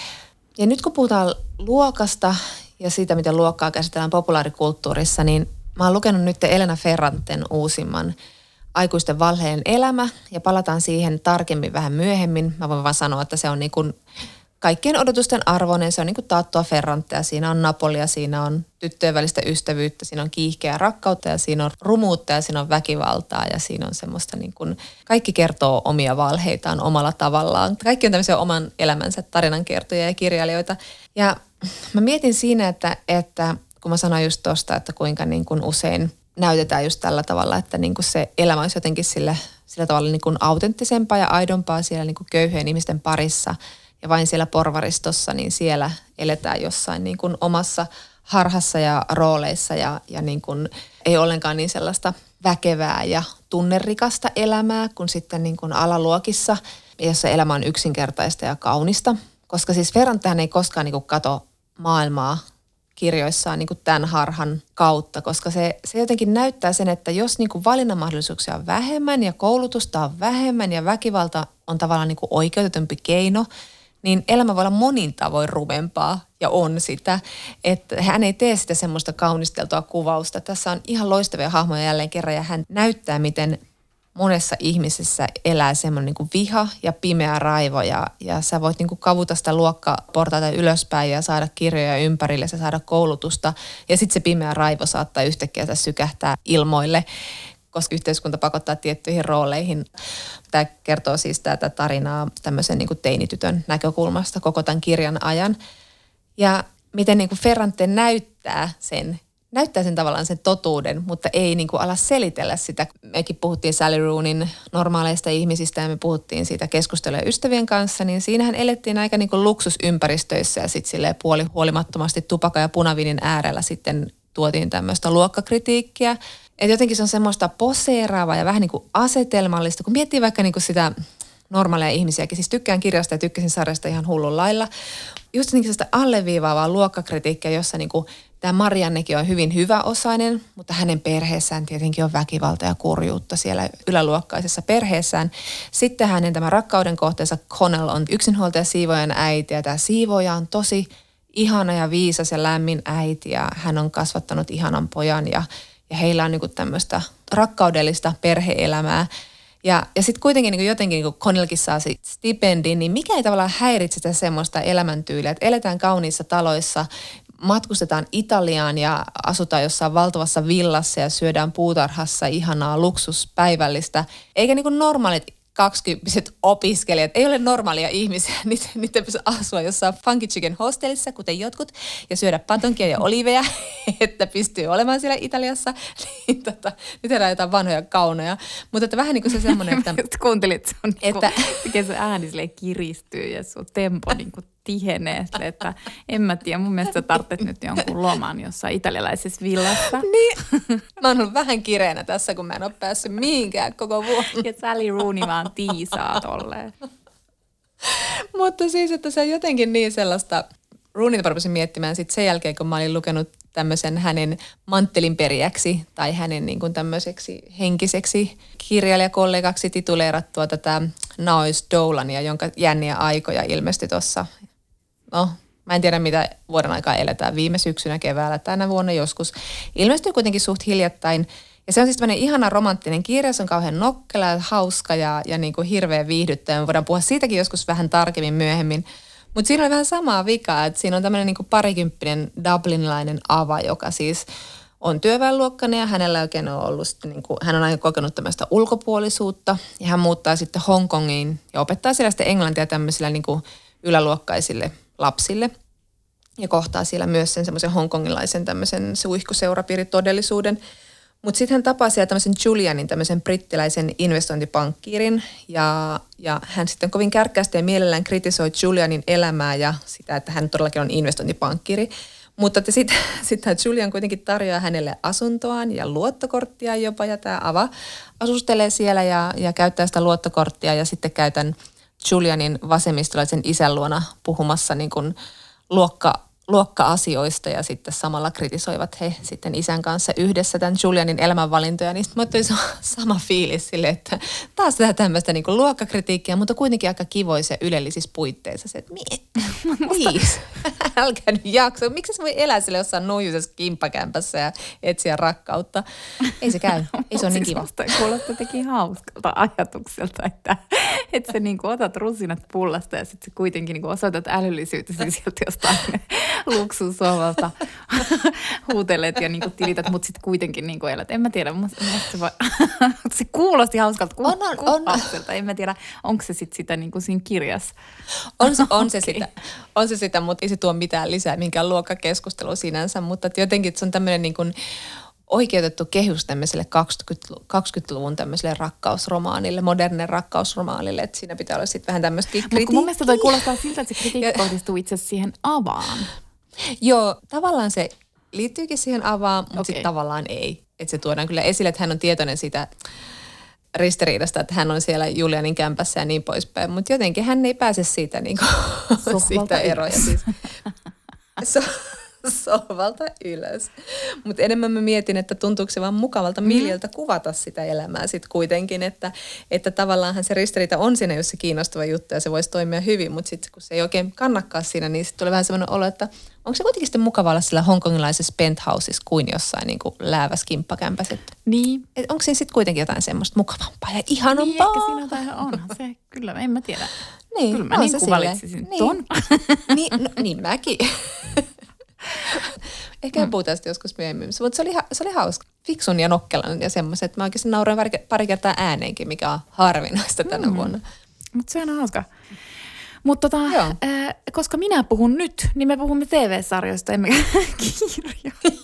Ja nyt kun puhutaan luokasta ja siitä, miten luokkaa käsitellään populaarikulttuurissa, niin mä oon lukenut nyt Elena Ferranten uusimman Aikuisten valheen elämä ja palataan siihen tarkemmin vähän myöhemmin. Mä voin vaan sanoa, että se on niin kuin kaikkien odotusten arvoinen, se on niin kuin taattua Ferrantea. Siinä on Napolia, siinä on tyttöjen välistä ystävyyttä, siinä on kiihkeää rakkautta ja siinä on rumuutta ja siinä on väkivaltaa ja siinä on semmoista niin kuin, kaikki kertoo omia valheitaan omalla tavallaan. Kaikki on tämmöisiä oman elämänsä tarinankertoja ja kirjailijoita. Ja mä mietin siinä, että kun mä sanoin just tosta, että kuinka niin kuin usein näytetään just tällä tavalla, että niin kuin se elämä olisi jotenkin sillä tavalla niin kuin autenttisempaa ja aidompaa siellä niin kuin köyhien ihmisten parissa ja vain siellä porvaristossa, niin siellä eletään jossain niin kuin omassa harhassa ja rooleissa ja niin kuin ei ollenkaan niin sellaista väkevää ja tunnerikasta elämää kuin sitten niin kuin alaluokissa, jossa elämä on yksinkertaista ja kaunista. Koska siis Ferrantehan ei koskaan niin kuin kato maailmaa kirjoissaan niin kuin tämän harhan kautta, koska se jotenkin näyttää sen, että jos niin kuin valinnanmahdollisuuksia on vähemmän ja koulutusta on vähemmän ja väkivalta on tavallaan niin kuin oikeutetumpi keino, niin elämä voi olla monin tavoin rumempaa ja on sitä, että hän ei tee sitä semmoista kaunisteltua kuvausta. Tässä on ihan loistavia hahmoja jälleen kerran ja hän näyttää, miten monessa ihmisessä elää semmoinen niin kuin viha ja pimeä raivo ja sä voit niin kuin kavuta sitä luokkaportaita ylöspäin ja saada kirjoja ympärille ja saada koulutusta. Ja sitten se pimeä raivo saattaa yhtäkkiä sykähtää ilmoille, koska yhteiskunta pakottaa tiettyihin rooleihin. Tämä kertoo siis tätä tarinaa tämmöisen niin kuin teinitytön näkökulmasta koko tämän kirjan ajan. Ja miten niin kuin Ferrante näyttää sen tavallaan sen totuuden, mutta ei niin kuin ala selitellä sitä. Mekin puhuttiin Sally Rooneyn normaaleista ihmisistä ja me puhuttiin siitä keskustelua ystävien kanssa, niin siinähän elettiin aika niin kuin luksusympäristöissä ja sitten silleen puolihuolimattomasti tupaka ja punaviinin äärellä sitten tuotiin tämmöistä luokkakritiikkiä. Että jotenkin se on semmoista poseeraavaa ja vähän niin kuin asetelmallista, kun miettii vaikka niin kuin sitä normaaleja ihmisiäkin. Siis tykkään kirjasta ja tykkäsin sarjasta ihan hullun lailla. Just niin sitä alleviivaavaa luokkakritiikkiä, jossa niin kuin tämä Mariannekin on hyvin hyväosainen, mutta hänen perheessään tietenkin on väkivalta ja kurjuutta siellä yläluokkaisessa perheessään. Sitten hänen tämä rakkauden kohteensa Connell on yksinhuoltaja siivoajan äiti ja tämä siivoaja on tosi ihana ja viisas ja lämmin äiti ja hän on kasvattanut ihanan pojan ja heillä on niinku tämmöistä rakkaudellista perhe-elämää. Ja sitten kuitenkin niin jotenkin, kun Connellkin saa stipendin, niin mikä ei tavallaan häiritse sitä semmoista elämäntyyliä, että eletään kauniissa taloissa, matkustetaan Italiaan ja asutaan jossain valtavassa villassa ja syödään puutarhassa ihanaa luksuspäivällistä. Eikä niin kuin normaalit 20-vuotiaat opiskelijat, ei ole normaalia ihmisiä, niitä pitäisi asua jossain Funky Chicken hostelissa, kuten jotkut, ja syödä patonkia ja oliveja, että pystyy olemaan siellä Italiassa. Niin nyt tehdään jotain vanhoja kaunoja. Mutta että vähän niin kuin se semmoinen, että... Kuuntelit sun, että se ääni kiristyy ja sun tempo niin kuin tihenee. Että en mä tiedä, mun mielestä sä tarvitset nyt jonkun loman jossain italialaisessa villassa. Niin, mä oon ollut vähän kireänä tässä, kun mä en ole päässyt mihinkään koko vuonna. Ja Sally Rooney vaan tiisaa tolleen. Mutta siis, että se on jotenkin niin sellaista, Rooneyta rupesin miettimään sitten sen jälkeen, kun mä olin lukenut tämmöisen hänen manttelinperijäksi tai hänen niin kuin tämmöiseksi henkiseksi kirjailijakollegaksi tituleerattua tätä Naois Doulania, jonka Jänniä aikoja ilmestyi tuossa. No, mä en tiedä mitä vuoden aikaa eletään, viime syksynä, keväällä, tänä vuonna joskus. Ilmestyi kuitenkin suht hiljattain. Ja se on siis tämmöinen ihana romanttinen kirja, se on kauhean nokkela ja hauska ja niin kuin hirveän viihdyttävä. Me voidaan puhua siitäkin joskus vähän tarkemmin myöhemmin. Mutta siinä on vähän samaa vikaa, että siinä on tämmöinen niin kuin parikymppinen dublinilainen ava, joka siis on työväenluokkainen ja hänellä oikein on ollut, niin kuin, hän on aina kokenut tämmöistä ulkopuolisuutta. Ja hän muuttaa sitten Hongkongiin ja opettaa siellä sitten englantia tämmöisillä niin kuin yläluokkaisille lapsille. Ja kohtaa siellä myös sen semmoisen hongkongilaisen tämmöisen suihkuseurapiiritodellisuuden. Mutta sitten hän tapaa siellä tämmöisen Julianin, tämmöisen brittiläisen investointipankkiirin ja hän sitten kovin kärkkäästi ja mielellään kritisoi Julianin elämää ja sitä, että hän todellakin on investointipankkiri. Mutta sitten Julian kuitenkin tarjoaa hänelle asuntoaan ja luottokorttia jopa ja tämä Ava asustelee siellä ja käyttää sitä luottokorttia ja sitten käytän Julianin vasemmistolaisen isän luona puhumassa niin kuin luokka-asioista ja sitten samalla kritisoivat he sitten isän kanssa yhdessä tämän Julianin elämänvalintoja. Niin sitten tuli sama fiilis sille, että taas tätä tämmöistä niin kuin luokkakritiikkiä, mutta kuitenkin aika kivoisia ylellisissä puitteissa. Se, että please, älkää nyt jakso. Miksi se voi elää sille jossain nuijuisessa kimppakämpässä ja etsiä rakkautta? Ei se käy. Ei se ole niin kiva. Siis kuulostaa jotenkin hauskalta ajatukselta, että sä niin kuin otat rusinat pullasta ja sitten kuitenkin niin kuin osoitat älyllisyyttä sieltä jostain luksussohvalta huutelet ja niinku tilität, mutta sitten kuitenkin niinku elät. En mä tiedä, se kuulosti hauskalta kuvaukselta. En mä tiedä, onko se sitten sitä niinku siinä kirjassa. On se sitä, mutta ei se tuo mitään lisää, minkään luokkakeskustelu sinänsä, mutta jotenkin se on tämmöinen niinku oikeutettu kehys tämmöiselle 20-luvun tämmöiselle rakkausromaanille, modernille rakkausromaanille, että siinä pitää olla sitten vähän tämmöistä kritiikkiä. Mutta mun mielestä toi kuulostaa siltä, että se kritiikki kohdistuu itse asiassa siihen Avaan. Joo, tavallaan se liittyykin siihen Avaan, mutta sitten tavallaan ei. Että se tuodaan kyllä esille, että hän on tietoinen siitä ristiriidasta, että hän on siellä Julianin kämpässä ja niin poispäin, mutta jotenkin hän ei pääse siitä, niinku, siitä eroja. Siis. Sohvalta ylös. Mutta enemmän mä mietin, että tuntuuko se vaan mukavalta Miljalta kuvata sitä elämää sitten kuitenkin, että tavallaanhan se ristiriita on siinä, jos se kiinnostava juttu ja se voisi toimia hyvin, mutta sitten kun se ei oikein kannakaan siinä, niin sitten tulee vähän sellainen olo, että onko se kuitenkin sitten mukava olla sillä hongkongilaisessa penthouseissa kuin jossain niin kuin läävässä kimppakämpässä? Niin. Onko siinä sitten kuitenkin jotain semmoista mukavampaa ja ihanampaa? Niin, ehkä siinä jotain onhan se. Kyllä, en mä tiedä. Niin, kyllä mä niin kuin valitsisin ton. Niin mäkin. Ehkä puhutaan sitten joskus myöhemmin, mutta se oli hauska. Fiksun ja nokkelan ja semmoiset. Mä oikeasti nauroin pari kertaa ääneenkin, mikä on harvinaista tänä vuonna. Mutta se on hauska. Mutta koska minä puhun nyt, niin me puhumme TV-sarjoista, emmekä kirjoja.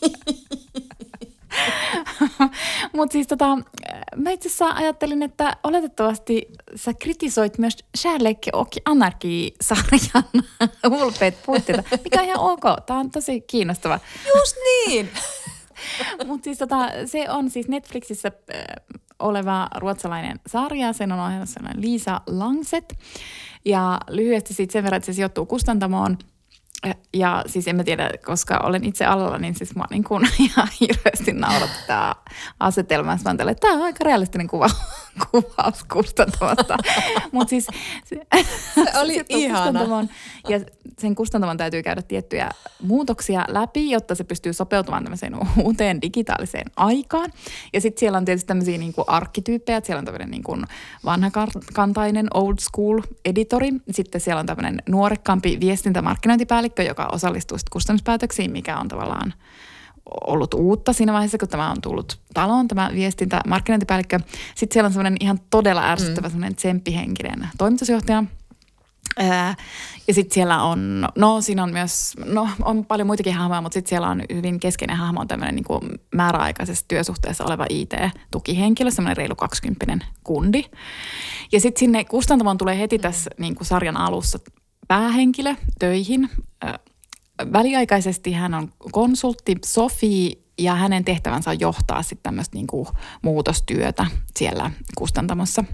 Mutta siis mä itse asiassa ajattelin, että oletettavasti sä kritisoit myös Kärlek och Anarki-sarjan ulpeat puitteita, mikä on ihan ok. Tää on tosi kiinnostava. Just niin! Mutta siis se on siis Netflixissä oleva ruotsalainen sarja. Sen on ohjannut sellainen Liisa Langset. Ja lyhyesti siitä sen verran, että se sijoittuu kustantamoon. Ja siis en mä tiedä, koska olen itse alalla, niin siis mä niin kuin ihan hirveästi naurattaa tämä asetelma. Mä oon tämä on aika realistinen kuvaus kustantamasta. Mutta siis se oli ihana. Ja sen kustantamon täytyy käydä tiettyjä muutoksia läpi, jotta se pystyy sopeutumaan tämmöiseen uuteen digitaaliseen aikaan. Ja sitten siellä on tietysti tämmöisiä niin kuin arkkityyppejä, että siellä on tämmöinen niin kuin vanhakantainen old school editori. Sitten siellä on tämmöinen nuorekkaampi viestintämarkkinointipäällikkö, joka osallistuu sitten kustannuspäätöksiin, mikä on tavallaan ollut uutta siinä vaiheessa, kun tämä on tullut taloon, tämä markkinointipäällikkö. Sitten siellä on semmoinen ihan todella ärsyttävä semmoinen tsemppihenkinen toimitusjohtaja. Ja sitten siellä on, siinä on myös, on paljon muitakin hahmoja, mutta sitten siellä on hyvin keskeinen hahmo, on tämmöinen niin kuin määräaikaisessa työsuhteessa oleva IT-tukihenkilö, semmoinen reilu 20 kundi. Ja sitten sinne kustantamoon tulee heti tässä niin kuin sarjan alussa päähenkilö töihin. Väliaikaisesti hän on konsultti Sofi ja hänen tehtävänsä on johtaa sitten tämmöistä niin kuin muutostyötä siellä kustantamossa.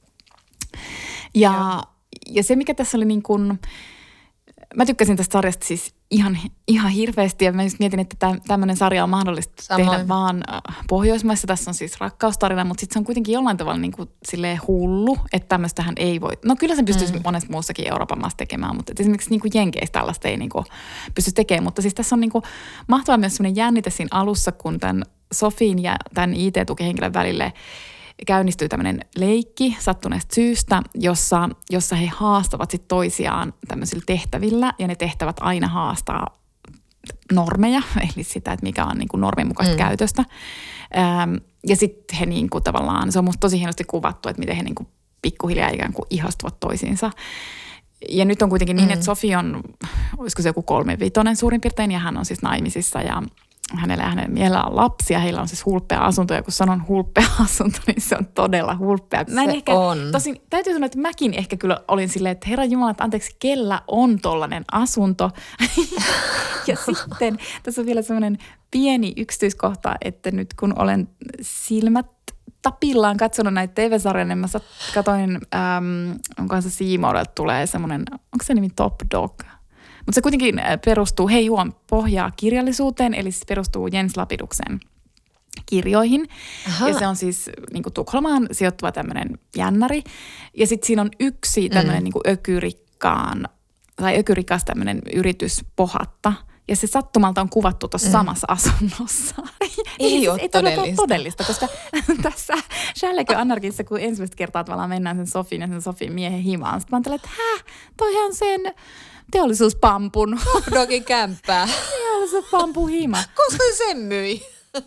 Ja se, mikä tässä oli niin kuin, mä tykkäsin tästä sarjasta siis ihan hirveästi ja mä just mietin, että tämmöinen sarja on mahdollista tehdä vaan Pohjoismaissa. Tässä on siis rakkaustarina, mutta sitten se on kuitenkin jollain tavalla niin kuin silleen hullu, että tämmöistähän ei voi. No kyllä se pystyisi monessa muussakin Euroopan maassa tekemään, mutta esimerkiksi niin kuin Jenkeissä tällaista ei niin kuin pysty tekemään. Mutta siis tässä on niin kuin mahtava myös semmoinen jännite siinä alussa, kun tämän Sofin ja tämän IT-tukihenkilön välille käynnistyy tämmöinen leikki sattuneesta syystä, jossa he haastavat sit toisiaan tämmöisillä tehtävillä ja ne tehtävät aina haastaa normeja, eli sitä, että mikä on niin kuin normin mukaista käytöstä. Ja sitten he niin kuin tavallaan, se on musta tosi hienosti kuvattu, että miten he niin kuin pikkuhiljaa ikään kuin ihastuvat toisiinsa. Ja nyt on kuitenkin niin, että Sofi on, olisiko se joku 35 suurin piirtein, ja hän on siis naimisissa ja hänellä ja hänen miehellä on lapsia, heillä on siis hulppea asunto, ja kun sanon hulppea asunto, niin se on todella hulppea. Tosin täytyy sanoa, että mäkin ehkä kyllä olin silleen, että herra Jumala, että anteeksi, kellä on tollainen asunto? Ja sitten tässä on vielä semmoinen pieni yksityiskohta, että nyt kun olen silmät tapillaan katsonut näitä TV-sarjoja, niin mä katsoin, onkohan se C-Modelta tulee semmoinen, onko se nimi Top Dog? Mutta se kuitenkin perustuu, pohjaa kirjallisuuteen, eli se perustuu Jens Lapiduksen kirjoihin. Aha. Ja se on siis niin kuin Tukholmaan sijoittuva tämmöinen jännäri. Ja sitten siinä on yksi tämmöinen niin kuin ökyrikas tämmöinen yritys Pohatta. Ja se sattumalta on kuvattu tuossa samassa asunnossa. Ei ole todellista, koska tässä Shallekö Anarkissa, kun ensimmäistä kertaa tavallaan mennään sen Sofin ja sen Sofin miehen himaan. Sitten mä ajattelin, että toihan sen teollisuuspampun. Dogin kämppää. Teollisuuspampun hima. Koska sen myi?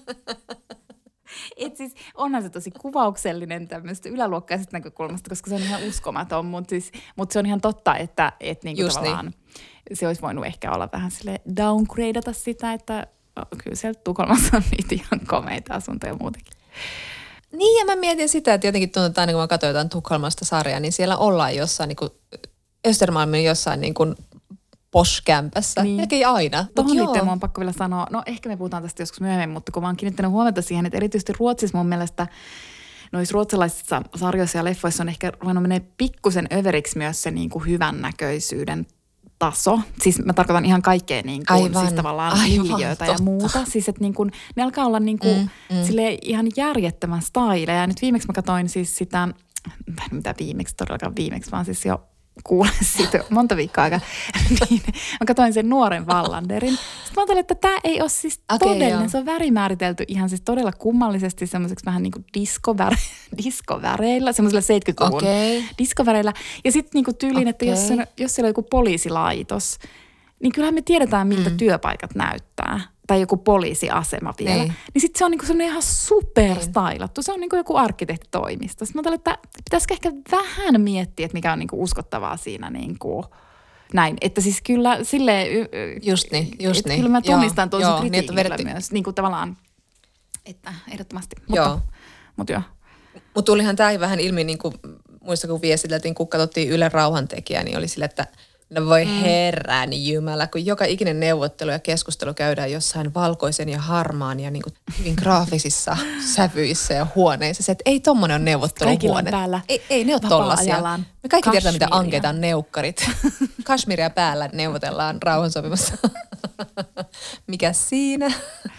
Et siis onhan se tosi kuvauksellinen tämmöistä yläluokkaisesta näkökulmasta, koska se on ihan uskomaton, mutta se on ihan totta, että niinku tavallaan niin. Se olisi voinut ehkä olla vähän sille downgradeata sitä, että kyllä siellä Tukholmassa on niitä ihan komeita asuntoja muutenkin. Niin, ja mä mietin sitä, että jotenkin tuntuu, että aina kun mä katsoin jotain Tukholmasta sarjaa, niin siellä ollaan jossain niin kuin Östermalmin jossain niin kuin Posh-kämpässä. Niin. Melkein aina. Tuohon liittyen mun on pakko vielä sanoa, no ehkä me puhutaan tästä joskus myöhemmin, mutta kun mä oon kiinnittänyt huomiota siihen, että erityisesti Ruotsissa mun mielestä noissa ruotsalaisissa sarjoissa ja leffoissa on ehkä ruvennut menee pikkusen överiksi myös se niin kuin hyvännäköisyyden taso. Siis mä tarkoitan ihan kaikkea niin kuin, siis tavallaan miljöötä ja muuta. Siis että niin kuin, ne alkaa olla niin kuin, silleen ihan järjettömän style. Ja nyt viimeksi mä katsoin siis sitä, mitä viimeksi, vaan siis jo kuulen siitä monta viikkoa aikaa. Niin, mä katsoin sen Nuoren Wallanderin. Sitten mä ajattelin, että tämä ei ole siis todellinen. Se on värimääritelty ihan siis todella kummallisesti semmoiseksi vähän niin kuin diskoväreillä, semmoisilla 70-luvun diskoväreillä. Ja sitten niin kuin tyyliin, että jos siellä on joku poliisilaitos, niin kyllähän me tiedetään, miltä työpaikat näyttää. Tai joku poliisiasema vielä. Niin sitten se on niinku semmoinen ihan superstylattu. Se on niinku joku arkkitehtitoimisto. Sitten mä ajattelin, että pitäisikö ehkä vähän miettiä, että mikä on niinku uskottavaa siinä niinku näin. Että siis kyllä silleen... Just niin. Kyllä mä tunnistan tuon sun kritiikillä myös. Niinku tavallaan, että ehdottomasti. Mutta joo. Mutta tulihan tämä vähän ilmi, niinku, muista kun viestiteltiin, kun katsottiin Ylen Rauhantekijää, niin oli sille, että no voi herran jumala, kun joka ikinen neuvottelu ja keskustelu käydään jossain valkoisen ja harmaan ja niin kuin hyvin graafisissa sävyissä ja huoneissa. Se, että ei tommonen ole neuvotteluhuone. Ei ne ole tollasia. Me kaikki tiedetään, mitä ankeita on neukkarit. Kashmiria päällä neuvotellaan rauhansopimassa. Mikä siinä?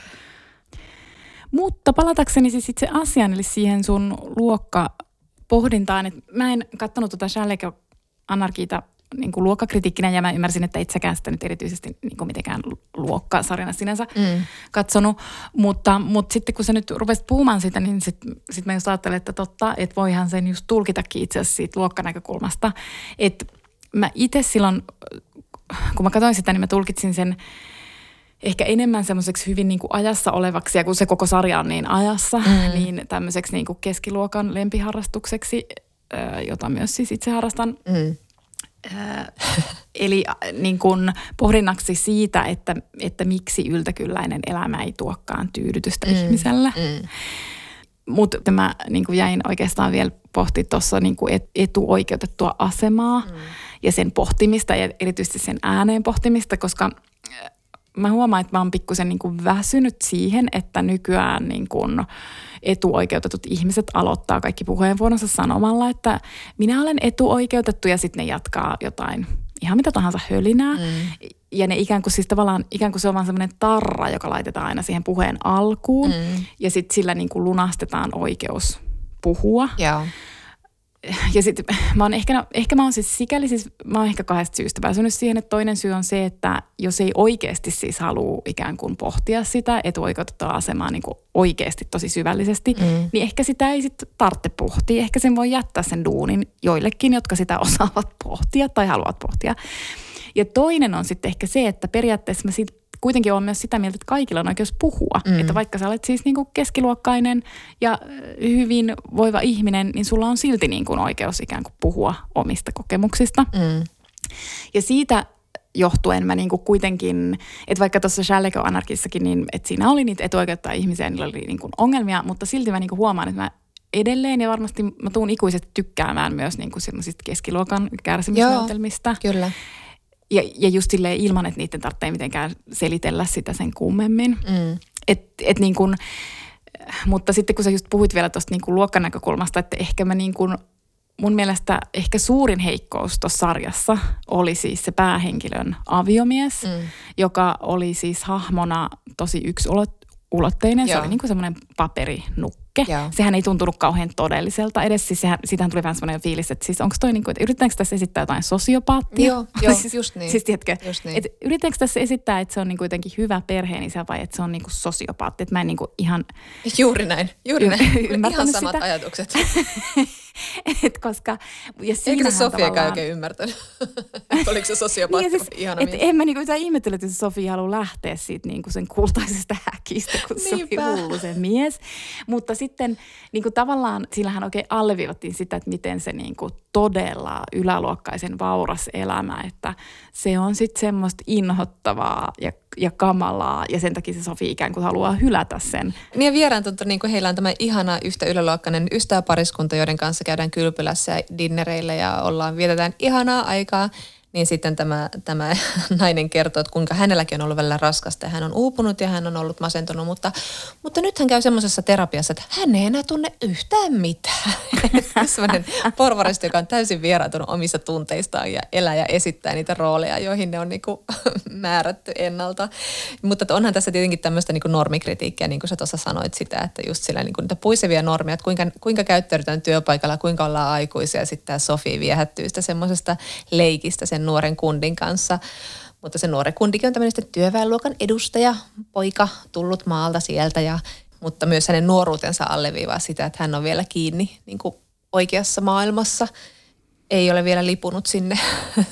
Mutta palatakseni siis itse asiaan, eli siihen sun luokkapohdintaan, että mä en katsonut tuota Shallekö Anarkiita niin kuin luokkakritiikkinä, ja mä ymmärsin, että itsekään sitä nyt erityisesti niin kuin mitenkään luokkasarjana sinänsä katsonut, mutta sitten kun sä nyt rupesit puhumaan sitä, niin sit mä just ajattelin, että totta, että voihan sen just tulkitakin itse asiassa siitä luokkanäkökulmasta, että mä itse silloin, kun mä katsoin sitä, niin mä tulkitsin sen ehkä enemmän semmoiseksi hyvin niin kuin ajassa olevaksi, ja kun se koko sarja on niin ajassa, niin tämmöiseksi niin kuin keskiluokan lempiharrastukseksi, jota myös siis itse harrastan. Eli niin kuin pohdinnaksi siitä, että miksi yltäkylläinen elämä ei tuokaan tyydytystä ihmiselle. Mutta mä niin kuin jäin oikeastaan vielä pohtimaan tuossa niin kuin etuoikeutettua asemaa ja sen pohtimista ja erityisesti sen ääneen pohtimista, koska mä huomaan, että mä oon pikkusen niin kuin väsynyt siihen, että nykyään niin kuin etuoikeutetut ihmiset aloittaa kaikki puheenvuoronsa sanomalla, että minä olen etuoikeutettu ja sitten ne jatkaa jotain ihan mitä tahansa hölinää. Ja ne ikään kuin siis tavallaan, ikään kuin se on vaan semmoinen tarra, joka laitetaan aina siihen puheen alkuun ja sitten sillä niin kuin lunastetaan oikeus puhua. Joo. Ja sitten mä oon siis sikäli, siis mä oon ehkä kahdesta syystä väsynyt siihen, että toinen syy on se, että jos ei oikeasti siis halua ikään kuin pohtia sitä etuoikeutettua asemaa niin kuin oikeasti tosi syvällisesti, niin ehkä sitä ei sitten tarvitse pohtia. Ehkä sen voi jättää sen duunin joillekin, jotka sitä osaavat pohtia tai haluavat pohtia. Ja toinen on sitten ehkä se, että periaatteessa mä kuitenkin olen myös sitä mieltä, että kaikilla on oikeus puhua. Että vaikka sä olet siis niin kuin keskiluokkainen ja hyvin voiva ihminen, niin sulla on silti niin kuin oikeus ikään kuin puhua omista kokemuksista. Ja siitä johtuen mä niin kuin kuitenkin, että vaikka tuossa Shaleko-anarkissakin, niin että siinä oli niitä etuoikeuttaa ihmisiä, niillä oli niin kuin ongelmia, mutta silti mä niin kuin huomaan, että mä edelleen ja varmasti mä tuun ikuisesti tykkäämään myös niin kuin sellaisista keskiluokan kärsimysnäytelmistä. Joo, kyllä. Ja just silleen ilman, että niiden tarvitsee mitenkään selitellä sitä sen kummemmin. Et niin kun, mutta sitten kun sä just puhuit vielä tuosta niin kun luokkanäkökulmasta, että ehkä mä niin kun, mun mielestä ehkä suurin heikkous tuossa sarjassa oli siis se päähenkilön aviomies, joka oli siis hahmona tosi yksulotteinen. Se oli niin kuin semmoinen paperinukke. Joo. Sehän ei tuntunut kauhean todelliselta edes. Siis siitähän tuli vähän semmoinen fiilis, että siis onko toi niin kuin, että yritetäänkö tässä esittää jotain sosiopaattia? Joo, siis, just niin. Siis tiedätkö, just niin. että yritetäänkö tässä esittää, että se on niin kuin jotenkin hyvä perheenisä vai että se on niin kuin sosiopaatti? Että mä en niin kuin ihan... Juuri näin. Ihan samat sitä ajatukset. Koska... Eikö se Sofiakaan oikein ymmärtänyt? Oliko se sosiopaatti? Niin, siis, ihana mies. En mä niinku sitä ihmettele, että se Sofia haluaa lähteä siitä niinku sen kultaisesta häkistä, kun se oli hullu se mies. Mutta sitten niinku tavallaan sillähän oikein alleviivattiin sitä, että miten se niinku todella yläluokkaisen vauras elämä, että se on sitten semmoista inhottavaa ja kamalaa ja sen takia se Sofia ikään kuin haluaa hylätä sen. Niin ja vieraan tuntuu, niin kuin heillä on tämä ihana yhtä yläluokkainen ystäväpariskunta, joiden kanssa käydään kylpylässä ja dinnereillä ja vietetään ihanaa aikaa. Niin sitten tämä nainen kertoo, että kuinka hänelläkin on ollut välillä raskasta ja hän on uupunut ja hän on ollut masentunut, mutta nyt hän käy semmoisessa terapiassa, että hän ei enää tunne yhtään mitään. Sellainen porvaristo, joka on täysin vieraantunut omissa tunteistaan ja elää ja esittää niitä rooleja, joihin ne on niinku määrätty ennalta. Mutta onhan tässä tietenkin tämmöistä niinku normikritiikkiä, niin kuin sä tuossa sanoit sitä, että just sillä niinku niitä puisevia normeja, että kuinka käyttäydytään työpaikalla, kuinka ollaan aikuisia. Sitten tämä Sofi viehättyy sitä semmoisesta leikistä sen nuoren kundin kanssa. Mutta se nuori kundikin on tämmöinen työväenluokan edustaja, poika, tullut maalta sieltä. Mutta myös hänen nuoruutensa alleviivaa sitä, että hän on vielä kiinni niin kuin oikeassa maailmassa. Ei ole vielä lipunut sinne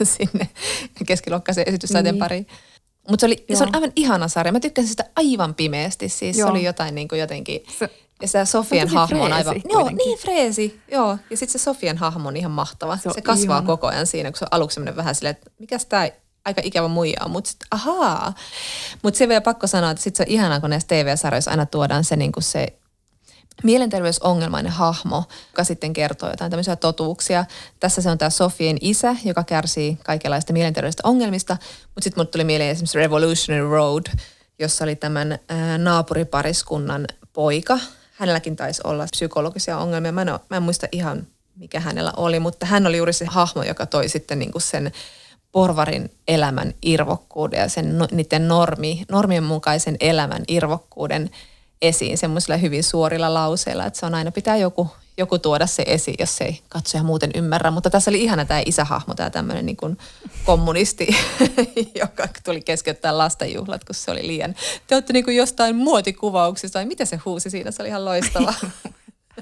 keskiluokkaisen esitystaiteen pariin. Mutta se on aivan ihana sarja. Mä tykkäsin sitä aivan pimeästi. Siis se oli jotain niin kuin jotenkin... Ja se Sofian hahmo on aivan... Joo, niin freesi. Joo. Ja sitten se Sofian hahmo on ihan mahtava. Se kasvaa ihana koko ajan siinä, kun se on aluksi semmoinen vähän silleen, että mikäs tää aika ikävä muija on. Mutta sitten ahaa. Mutta se vielä pakko sanoa, että sitten se on ihanaa, kun näissä TV-sarjoissa aina tuodaan se, niin kuin se mielenterveysongelmainen hahmo, joka sitten kertoo jotain tämmöisiä totuuksia. Tässä se on tämä Sofien isä, joka kärsii kaikenlaista mielenterveydestä ongelmista. Mutta sitten mulle tuli mieleen esimerkiksi Revolutionary Road, jossa oli tämän naapuripariskunnan poika. Hänelläkin taisi olla psykologisia ongelmia. Mä en muista ihan, mikä hänellä oli, mutta hän oli juuri se hahmo, joka toi sitten niinku sen porvarin elämän irvokkuuden ja sen niiden normien mukaisen elämän irvokkuuden esiin semmoisilla hyvin suorilla lauseilla, että se on aina pitää joku tuoda se esiin, jos ei katsoja muuten ymmärrä. Mutta tässä oli ihana tämä isähahmo, tämä tämmöinen niin kuin kommunisti, joka tuli keskeyttää lastenjuhlat, kun se oli liian. Te olette niin kuin jostain muotikuvauksista, vai mitä se huusi siinä? Se oli ihan loistava.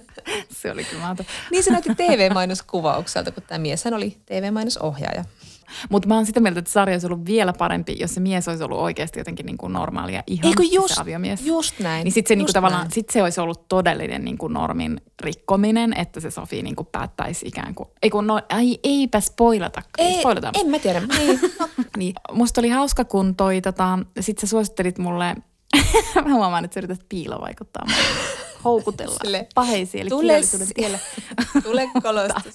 Se oli kyllä maata. Niin se näytti TV-mainoskuvaukselta, kun tämä mies hän oli TV-mainosohjaaja. Mutta mä oon sitä mieltä, että sarja olisi ollut vielä parempi, jos se mies olisi ollut oikeasti jotenkin niin kuin normaali ja ihan se aviomies. Just näin. Niin sitten se, niin kuin tavallaan, se olisi ollut todellinen niin kuin normin rikkominen, että se Sofi niin kuin päättäisi ikään kuin, eipä spoilata. En mä tiedä. Niin. Niin. Musta oli hauska, kun sit sä suosittelit mulle, mä huomaan, että sä yrität piilovaikuttaa mulle. Houkutella paheisiin, eli kirjallisuuden tielle. Tule kolostusi.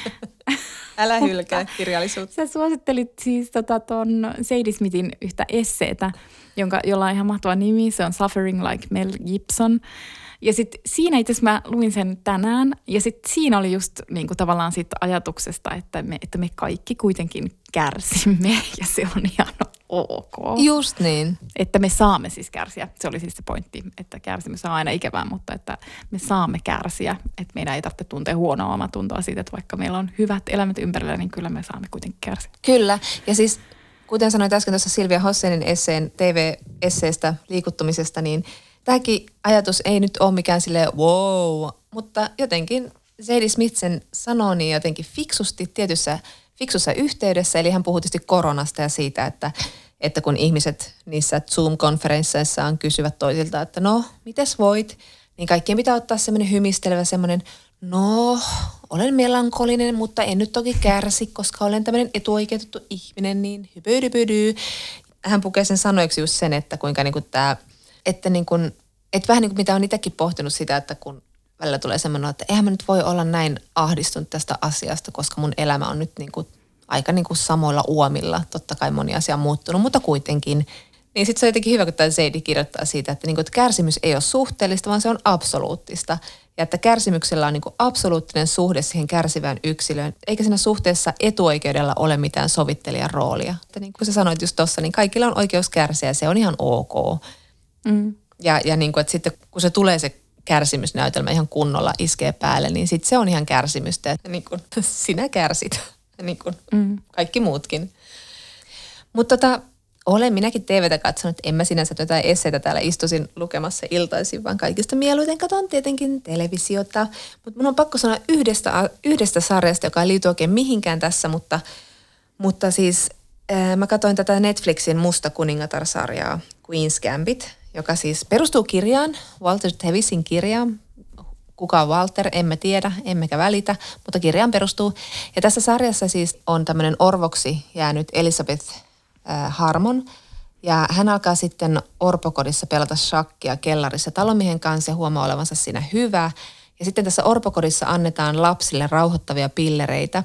Älä hylkää kirjallisuutta. Sä suosittelit siis ton Sadie Smithin yhtä esseetä, jolla on ihan mahtava nimi. Se on Suffering Like Mel Gibson. Ja sitten siinä itse asiassa mä luin sen tänään. Ja sitten siinä oli just niinku tavallaan siitä ajatuksesta, että me kaikki kuitenkin kärsimme. Ja se on ihan ok. Just niin. Että me saamme siis kärsiä. Se oli siis se pointti, että kärsimys on aina ikävää, mutta että me saamme kärsiä. Että meidän ei tarvitse tuntea huonoa omatuntoa siitä, että vaikka meillä on hyvät elämät ympärillä, niin kyllä me saamme kuitenkin kärsiä. Kyllä. Ja siis kuten sanoit äsken tuossa Silvia Hosseinin esseen, TV-esseestä liikuttumisesta, niin tämäkin ajatus ei nyt ole mikään silleen wow, mutta jotenkin Sadie Smith sen sanoo niin jotenkin fiksusti fiksussa yhteydessä, eli hän puhuu tietysti koronasta ja siitä, että kun ihmiset niissä Zoom-konferensseissaan kysyvät toisilta, että no, mites voit, niin kaikkien pitää ottaa semmoinen hymistelevä semmoinen, no, olen melankolinen, mutta en nyt toki kärsi, koska olen tämmöinen etuoikeutettu ihminen, niin hypydypydy. Hän pukee sen sanoiksi just sen, että kuinka niinku tämä, että vähän niin kuin mitä on itsekin pohtinut sitä, että kun välillä tulee semmoinen, että eihän mä nyt voi olla näin ahdistunut tästä asiasta, koska mun elämä on nyt aika samoilla uomilla. Totta kai moni asia on muuttunut, mutta kuitenkin. Niin sitten se on jotenkin hyvä, kun tämä Sadie kirjoittaa siitä, että kärsimys ei ole suhteellista, vaan se on absoluuttista. Ja että kärsimyksellä on absoluuttinen suhde siihen kärsivään yksilöön. Eikä siinä suhteessa etuoikeudella ole mitään sovittelijan roolia. Että niin kuin sä sanoit just tuossa, niin kaikilla on oikeus kärsiä ja se on ihan ok. Mm. Ja että sitten kun se tulee se kärsimysnäytelmä ihan kunnolla iskee päälle, niin sitten se on ihan kärsimystä. Että sinä kärsit, niin kuin kaikki muutkin. Mutta olen minäkin TVtä katsonut, en mä sinänsä tätä esseitä täällä istuisin lukemassa iltaisin, vaan kaikista mieluiten katson tietenkin televisiota. Mutta mun on pakko sanoa yhdestä sarjasta, joka ei liity oikein mihinkään tässä, mutta siis mä katsoin tätä Netflixin Musta kuningatar-sarjaa Queen's Gambit, joka siis perustuu kirjaan, Walter Tevisin kirjaan. Kuka on Walter, emme tiedä, emmekä välitä, mutta kirjaan perustuu. Ja tässä sarjassa siis on tämmöinen orvoksi jäänyt Elizabeth Harmon. Ja hän alkaa sitten orpokodissa pelata shakkia kellarissa talonmiehen kanssa ja huomaa olevansa siinä hyvä. Ja sitten tässä orpokodissa annetaan lapsille rauhoittavia pillereitä.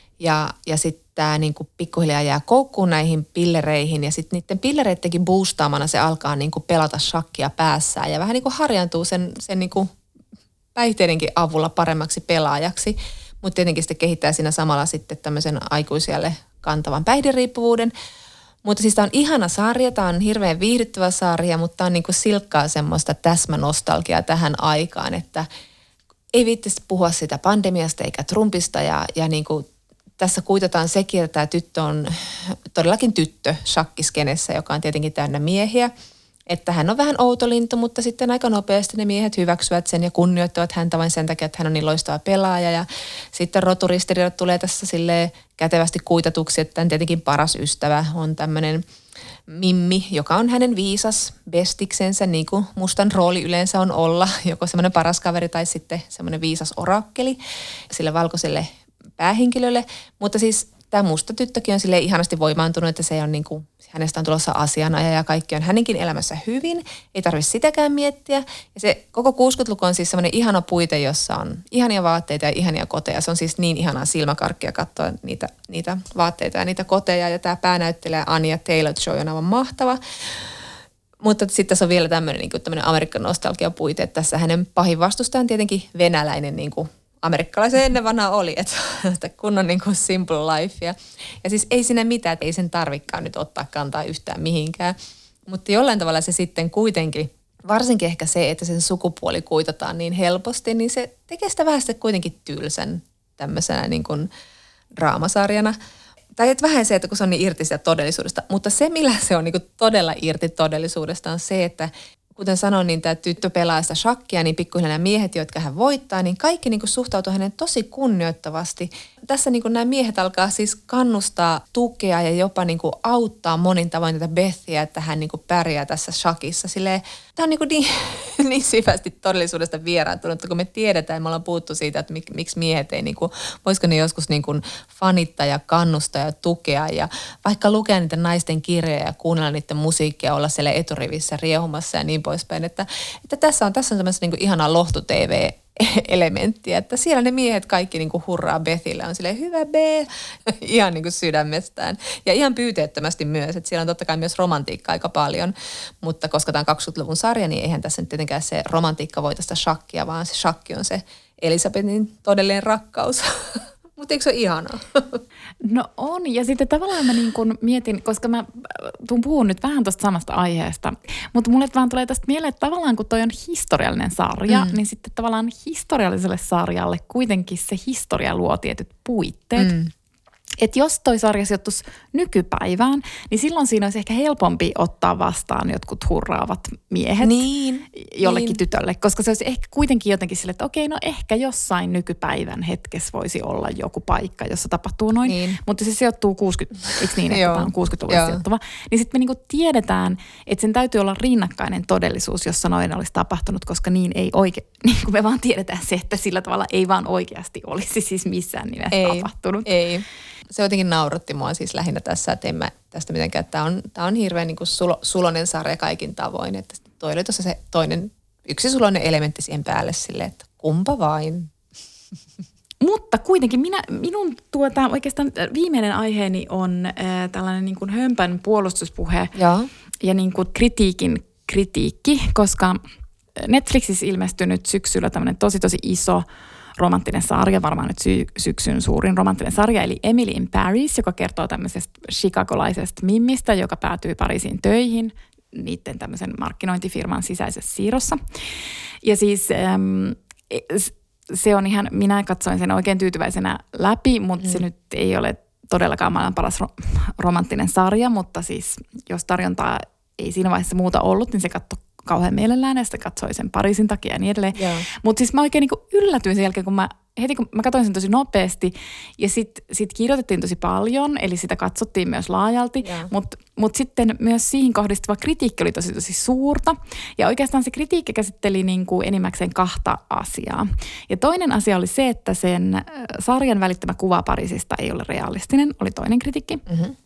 Ja sitten tämä pikkuhiljaa jää koukkuun näihin pillereihin ja sitten niiden pillereidenkin boostaamana se alkaa pelata shakkia päässään ja vähän harjaantuu sen päihteidenkin avulla paremmaksi pelaajaksi. Mutta tietenkin sitten kehittää siinä samalla sitten tämmöisen aikuisialle kantavan päihderiippuvuuden. Mutta siis tämä on ihana sarja, tämä on hirveän viihdyttävä sarja, mutta tämä on silkkaa semmoista täsmänostalgiaa tähän aikaan, että ei viittisi puhua sitä pandemiasta eikä Trumpista ja tässä kuitataan sekin, että tämä tyttö on todellakin tyttö shakkiskenessä, joka on tietenkin täynnä miehiä. Että hän on vähän outo lintu, mutta sitten aika nopeasti ne miehet hyväksyvät sen ja kunnioittavat häntä vain sen takia, että hän on niin loistava pelaaja. Ja sitten roturistiriidat tulee tässä silleen kätevästi kuitatuksi, että tämän tietenkin paras ystävä on tämmöinen Mimmi, joka on hänen viisas bestiksensä, niin kuin mustan rooli yleensä on olla. Joko semmoinen paras kaveri tai sitten semmoinen viisas orakkeli sille valkoiselle päähenkilölle. Mutta siis tämä musta tyttökin on silleen ihanasti voimaantunut, että se on hänestä on tulossa asianajaja ja kaikki on hänenkin elämässä hyvin. Ei tarvitse sitäkään miettiä. Ja se koko 60-luku on siis semmoinen ihana puite, jossa on ihania vaatteita ja ihania koteja. Se on siis niin ihanaa silmäkarkkia katsoa niitä vaatteita ja niitä koteja. Ja tämä päänäyttelijä Anya Taylor-Joy on aivan mahtava. Mutta sitten tässä on vielä tämmöinen Amerikan nostalgia-puite, että tässä hänen pahin vastustaja on tietenkin venäläinen amerikkalaisen ennen vanhaa oli, että kunnon simple life. Ja siis ei siinä mitään, että ei sen tarvikaan nyt ottaa kantaa yhtään mihinkään. Mutta jollain tavalla se sitten kuitenkin, varsinkin ehkä se, että sen sukupuoli kuitataan niin helposti, niin se tekee sitä vähän sitten kuitenkin tylsän tämmöisenä draamasarjana. Tai että vähän se, että kun se on niin irti sitä todellisuudesta. Mutta se, millä se on todella irti todellisuudesta, on se, että kuten sanoin, niin tämä tyttö pelaa sitä shakkia, niin pikkuhiljaa nämä miehet, jotka hän voittaa, niin kaikki niin kuin suhtautuu hänen tosi kunnioittavasti. Tässä niin kuin nämä miehet alkaa siis kannustaa, tukea ja jopa niin kuin auttaa monin tavoin tätä Bethia, että hän niin kuin pärjää tässä shakissa. Silleen, tämä on niin syvästi todellisuudesta vieraantunut, että kun me tiedetään, me ollaan puhuttu siitä, että miksi miehet ei, niin kuin, voisiko ne joskus niin kuin fanittaa ja kannustaa ja tukea ja vaikka lukea niitä naisten kirjoja ja kuunnella niiden musiikkia, olla siellä eturivissä riehumassa ja niin poispäin. Että tässä on semmoista niin kuin ihanaa lohtu-tv-elementtiä, että siellä ne miehet kaikki niin kuin hurraa Bethille, on silleen hyvä Beth, ihan niin kuin sydämestään. Ja ihan pyyteettömästi myös, että siellä on totta kai myös romantiikkaa aika paljon, mutta koska tämä on 20-luvun sarja, niin eihän tässä nyt tietenkään se romantiikka voita sitä shakkia, vaan se shakki on se Elisabetin todellinen rakkaus. Mutta eikö se ole ihanaa? No on, ja sitten tavallaan mä niin kun mietin, koska mä puhun nyt vähän tuosta samasta aiheesta, mutta mulle vaan tulee tästä mieleen, että tavallaan kun toi on historiallinen sarja, niin sitten tavallaan historialliselle sarjalle kuitenkin se historia luo tietyt puitteet. Että jos toi sarja sijoittuisi nykypäivään, niin silloin siinä olisi ehkä helpompi ottaa vastaan jotkut hurraavat miehet jollekin tytölle. Koska se olisi ehkä kuitenkin jotenkin sille, että okei, no ehkä jossain nykypäivän hetkessä voisi olla joku paikka, jossa tapahtuu noin. Niin. Mutta se sijoittuu 60, eikö niin, että tämä on 60-luvulle sijoittuva. Niin sitten me niinku tiedetään, että sen täytyy olla rinnakkainen todellisuus, jossa noin olisi tapahtunut, koska niin ei oikein, niin kuin me vaan tiedetään se, että sillä tavalla ei vaan oikeasti olisi siis missään nimessä tapahtunut. Ei. Se jotenkin nauratti mua siis lähinnä tässä, että en mä tästä mitenkään, tämä on hirveän niin kuin sulonen sarja kaikin tavoin, että toi oli tuossa se toinen, yksi sulonen elementti siihen päälle silleen, että kumpa vain. Mutta kuitenkin minun oikeastaan viimeinen aiheeni on tällainen niin kuin hömpän puolustuspuhe ja niin kuin kritiikki, koska Netflixissä ilmestynyt syksyllä tämmöinen tosi iso romanttinen sarja, varmaan nyt syksyn suurin romanttinen sarja, eli Emily in Paris, joka kertoo tämmöisestä chicagolaisesta mimmistä, joka päätyy Pariisiin töihin niiden tämmöisen markkinointifirman sisäisessä siirrossa. Ja siis se on ihan, minä katsoin sen oikein tyytyväisenä läpi, mutta se nyt ei ole todellakaan maailman paras romanttinen sarja, mutta siis jos tarjontaa ei siinä vaiheessa muuta ollut, niin se katsoi kauhean mielellään ja sitten katsoi sen Pariisin takia ja niin edelleen. Mutta siis mä oikein niinku yllätyin sen jälkeen, kun mä katsoin sen tosi nopeasti ja sit kirjoitettiin tosi paljon, eli sitä katsottiin myös laajalti, mutta sitten myös siihen kohdistuva kritiikki oli tosi suurta. Ja oikeastaan se kritiikki käsitteli niinku enimmäkseen kahta asiaa. Ja toinen asia oli se, että sen sarjan välittämä kuva Pariisista ei ole realistinen, oli toinen kritiikki.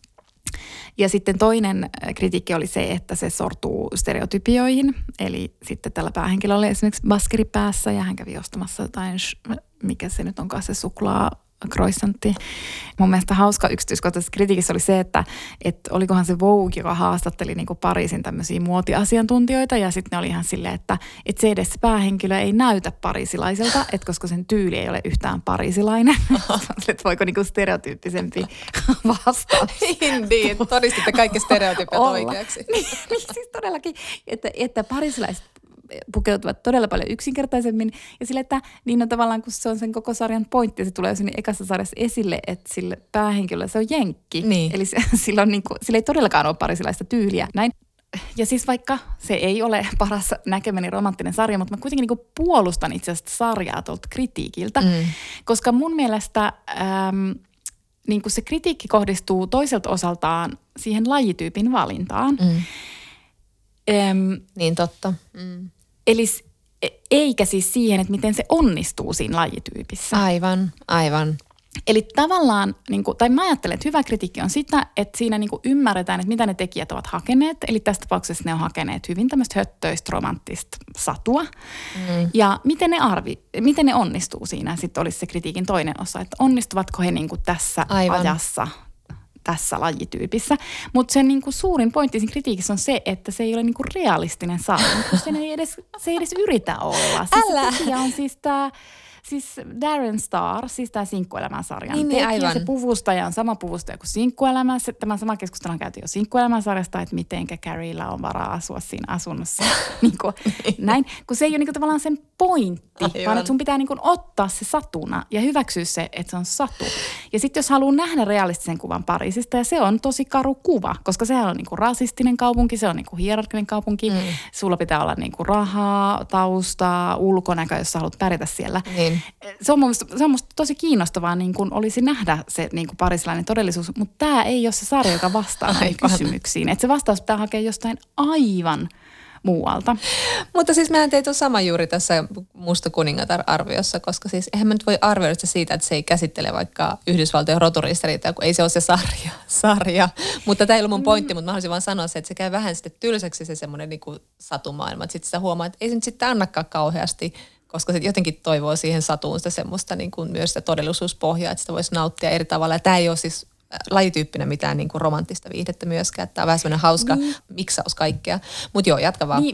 Ja sitten toinen kritiikki oli se, että se sortuu stereotypioihin. Eli sitten tällä päähenkilöllä oli esimerkiksi baskeri päässä ja hän kävi ostamassa jotain, mikä se nyt onkaan se suklaa, croissantti. Mun mielestä hauska yksityiskohtaisessa kritiikissä oli se, että olikohan se Vogue, joka haastatteli niin kuin Pariisin tämmöisiä muotiasiantuntijoita ja sitten ne oli ihan silleen, että se edes päähenkilö ei näytä pariisilaiselta, että koska sen tyyli ei ole yhtään pariisilainen. Että voiko niin kuin stereotyyppisempi vastaus. Indeed, todistitte kaikki stereotypiat oikeaksi. niin siis todellakin, että pariisilaiset pukeutuvat todella paljon yksinkertaisemmin. Ja sille, että niin on tavallaan, kun se on sen koko sarjan pointti, ja se tulee siinä ekassa sarjassa esille, että sille päähenkilöllä se on jenkki. Niin. Eli sillä ei todellakaan ole parisilaista tyyliä. Näin. Ja siis vaikka se ei ole paras näkemäni romanttinen sarja, mutta mä kuitenkin niin kuin puolustan itse asiassa sarjaa tuolta kritiikiltä. Koska mun mielestä niin kuin se kritiikki kohdistuu toiselta osaltaan siihen lajityypin valintaan. Niin totta. Eli eikä siis siihen, että miten se onnistuu siinä lajityypissä. Aivan. Eli tavallaan, tai mä ajattelen, että hyvä kritiikki on sitä, että siinä ymmärretään, että mitä ne tekijät ovat hakeneet. Eli tässä tapauksessa ne on hakeneet hyvin tämmöistä höttöistä, romanttista satua. Ja miten ne onnistuu siinä, sitten olisi se kritiikin toinen osa, että onnistuvatko he tässä ajassa, tässä lajityypissä. Mutta sen suurin pointti siinä kritiikissä on se, että se ei ole realistinen sarja, koska se ei edes yritä olla. Siis se tekijä on siis siis Darren Star, siis tämä Sinkkuelämän-sarjan niin, aivan. Se puvustaja on sama puvustaja kuin Sinkkuelämässä. Tämä sama keskustelu on käyty jo Sinkkuelämän-sarjasta, että mitenkä Carriella on varaa asua siinä asunnossa. niin kuin, näin, kun se ei ole niin kuin tavallaan sen pointti, aivan. Vaan että sun pitää niin kuin ottaa se satuna ja hyväksyä se, että se on satu. Ja sitten jos haluaa nähdä realistisen kuvan Pariisista, ja se on tosi karu kuva, koska sehän on niin kuin rasistinen kaupunki, se on niin kuin hierarkkinen kaupunki, sulla pitää olla niin kuin rahaa, taustaa, ulkonäkö, jos sä haluat pärjätä siellä. Niin. Se on musta tosi kiinnostavaa, niin kuin olisi nähdä se niin kuin pariisilainen todellisuus, mutta tämä ei ole se sarja, joka vastaa näihin kysymyksiin. Että se vastaus pitää hakea jostain aivan muualta. Mutta siis mehän teit sama juuri tässä Musta kuningatar-arviossa, koska siis eihän mä nyt voi arvioida siitä, että se ei käsittele vaikka Yhdysvaltojen roturistiriitaa, kun ei se ole se sarja. Mutta tämä ei ollut mun pointti, mutta mä haluaisin vaan sanoa se, että se käy vähän sitten tylsäksi se semmoinen niin kuin satumaailma. Että sitten sitä huomaa, että ei se nyt sitten annakaan kauheasti, koska se jotenkin toivoo siihen satuun sitä semmoista niin kuin myös sitä todellisuuspohjaa, että sitä voisi nauttia eri tavalla. Ja tämä ei ole siis lajityyppinä mitään niin kuin romanttista viihdettä myöskään. Tämä on vähän semmoinen hauska miksaus kaikkea. Mutta joo, jatka vaan.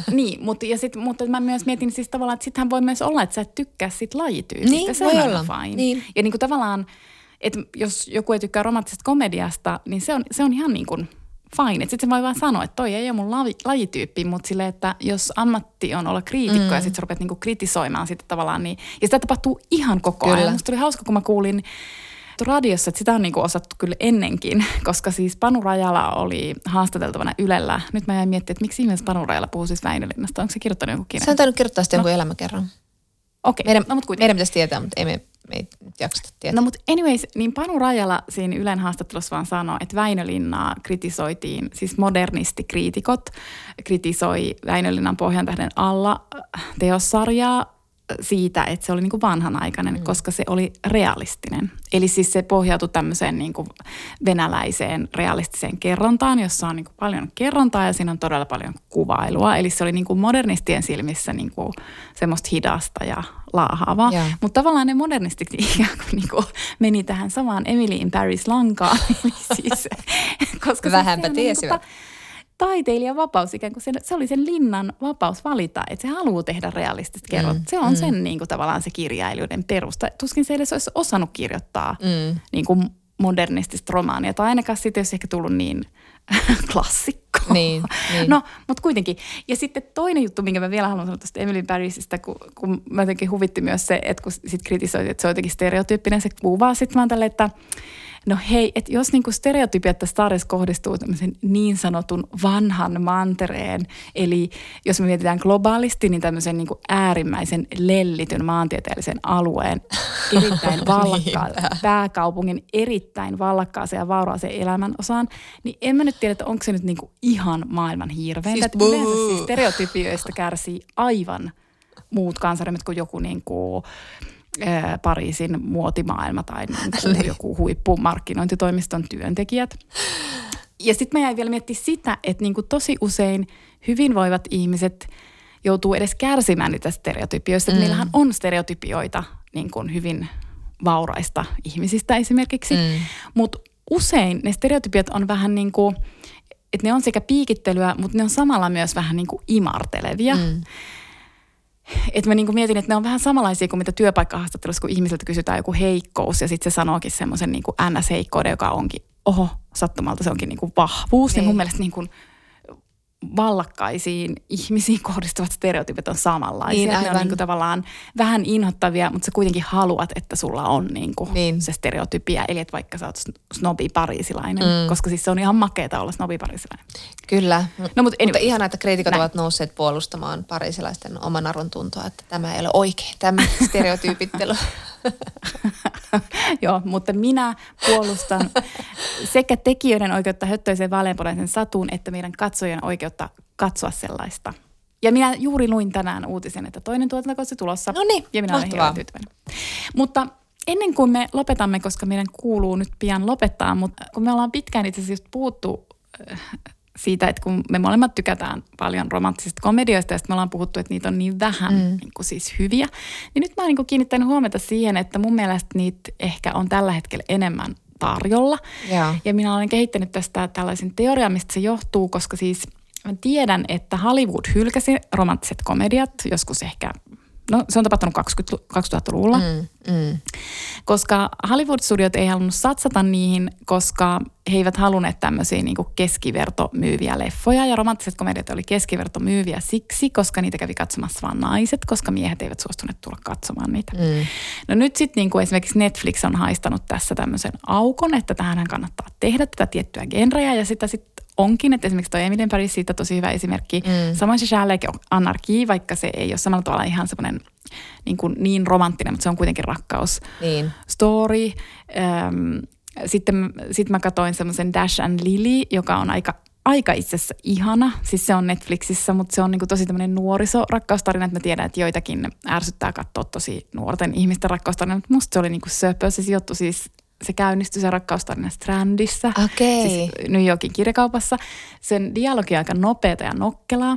Mutta mä myös mietin siis tavallaan, että sittenhän voi myös olla, että sä et tykkää sit lajityypistä. Niin, se voi on olla. fine. Niin. Ja niin kuin tavallaan, että jos joku ei tykkää romanttisesta komediasta, niin se on ihan niin kuin fine. Sitten se voi vaan sanoa, että toi ei ole mun lajityyppi, mutta silleen, että jos ammatti on olla kriitikko ja sitten sä rupeat niinku kritisoimaan sitä tavallaan, niin, ja sitä tapahtuu ihan koko ajan. Musta oli hauska, kun mä kuulin radiossa, että sitä on niinku osattu kyllä ennenkin, koska siis Panu Rajala oli haastateltavana Ylellä. Nyt mä jäin miettimään, että miksi ihmeessä Panu Rajala puhuu siis Väinölinnasta. Onko se kirjoittanut jonkun kirjan? Se on tainnut kirjoittaa sitten jonkun elämäkerran. Okei. Meidän pitäisi tietää, mutta ei me nyt jaksata tietää. No mutta anyways, niin Panu Rajala siinä Ylen haastattelussa vaan sanoi, että Väinölinnaa kritisoitiin, siis modernistikriitikot kritisoi Väinölinnan Pohjantähden alla teossarjaa siitä, että se oli niin kuin vanhanaikainen, koska se oli realistinen. Eli siis se pohjautui tämmöiseen niin kuin venäläiseen realistiseen kerrontaan, jossa on niin kuin paljon kerrontaa ja siinä on todella paljon kuvailua. Eli se oli niin kuin modernistien silmissä niin kuin semmoista hidasta ja laahaavaa. Mutta tavallaan ne modernistit ikään kuin niinku meni tähän samaan Emily in Paris -lankaan. Siis, koska vähänpä tiesivät. Taiteilijan vapaus ikään kuin se oli sen linnan vapaus valita, että se haluaa tehdä realistista kerrot. Se on sen niin kuin tavallaan se kirjailijoiden perusta. Tuskin se edes olisi osannut kirjoittaa niin kuin modernistista romaania. Tai ainakaan siitä olisi ehkä tullut niin klassikko. Niin. No, mutta kuitenkin. Ja sitten toinen juttu, minkä mä vielä haluan sanoa tästä Emily Parisista, kun mä jotenkin huvitti myös se, että kun sit kritisoitiin, että se on jotenkin stereotyyppinen se kuva, sitten vaan tälle, että no hei, että jos niinku stereotypiat tässä tarjassa kohdistuu tämmöisen niin sanotun vanhan mantereen, eli jos me mietitään globaalisti, niin tämmöisen niinku äärimmäisen lellityn maantieteellisen alueen erittäin pääkaupungin erittäin vallakkaaseen ja vauraaseen elämänosaan, niin en mä nyt tiedä, että onko se nyt niinku ihan maailman hirveintä. Siis yleensä siis stereotypioista kärsii aivan muut kansaryhmät kuin joku niinku Pariisin muotimaailma tai niin joku huippumarkkinointitoimiston työntekijät. Ja sitten mä jäin vielä miettimään sitä, että niin kuin tosi usein hyvinvoivat ihmiset joutuu edes kärsimään niitä stereotypioista. Meillähän on stereotypioita niin kuin hyvin vauraista ihmisistä esimerkiksi, mutta usein ne stereotypiat on vähän niin kuin, että ne on sekä piikittelyä, mutta ne on samalla myös vähän niin kuin imartelevia. Että mä niinku mietin, että ne on vähän samanlaisia kuin mitä työpaikkahaastattelussa, kun ihmiseltä kysytään joku heikkous ja sitten se sanookin semmoisen niinku NS-heikkouden, joka onkin, sattumalta se onkin niinku vahvuus. Ja mun mielestä niinku vallakkaisiin ihmisiin kohdistuvat stereotypit on samanlaisia. Ne on niinku tavallaan vähän inhottavia, mutta sä kuitenkin haluat, että sulla on niinku se stereotypia. Eli että vaikka sä oot snobi-pariisilainen, koska siis se on ihan makeeta olla snobi-pariisilainen. Kyllä, no, mutta ihanaa, että kriitikot ovat nousseet puolustamaan pariisilaisten oman arvon tuntoa, että tämä ei ole oikein, tämä stereotyypittely. Joo, mutta minä puolustan sekä tekijöiden oikeutta höttöiseen vaaleanpunaisen satuun, että meidän katsojien oikeutta katsoa sellaista. Ja minä juuri luin tänään uutisen, että toinen tuotantokausi tulossa. No niin, ja minä olen hirveän tyytyväinen. Mutta ennen kuin me lopetamme, koska meidän kuuluu nyt pian lopettaa, mutta kun me ollaan pitkään itse asiassa puhuttu siitä, että kun me molemmat tykätään paljon romanttisista komedioista ja sitten me ollaan puhuttu, että niitä on niin vähän niin kuin siis hyviä, niin nyt mä oon niin kuin kiinnittänyt huomiota siihen, että mun mielestä niitä ehkä on tällä hetkellä enemmän tarjolla. Ja minä olen kehittänyt tästä tällaisen teorian, mistä se johtuu, koska siis mä tiedän, että Hollywood hylkäsi romanttiset komediat joskus ehkä No se on tapahtunut 2000-luvulla, koska Hollywood-studiot ei halunnut satsata niihin, koska he eivät halunneet tämmöisiä niin kuin keskivertomyyviä leffoja. Ja romanttiset komediat oli keskivertomyyviä siksi, koska niitä kävi katsomassa vaan naiset, koska miehet eivät suostuneet tulla katsomaan niitä. No nyt sitten niin kuin esimerkiksi Netflix on haistanut tässä tämmöisen aukon, että tähän kannattaa tehdä tätä tiettyä genreä ja sitä sitten onkin, että esimerkiksi toi Emily in Paris siitä tosi hyvä esimerkki. Samoin se Charlotte Anarchy, vaikka se ei ole samalla tavalla ihan semmoinen niin romanttinen, mutta se on kuitenkin rakkausstory. Sitten mä katsoin semmoisen Dash and Lily, joka on aika itse asiassa ihana. Siis se on Netflixissä, mutta se on niinku tosi tämmöinen nuorisorakkaustarina, että mä tiedän, että joitakin ärsyttää katsoa tosi nuorten ihmisten rakkaustarina, mutta musta se oli niinku söpö. Se sijoittui siis, se käynnistyi se rakkaustarina Strandissä, siis New Yorkin kirjakaupassa. Sen dialogi on aika nopeata ja nokkelaa.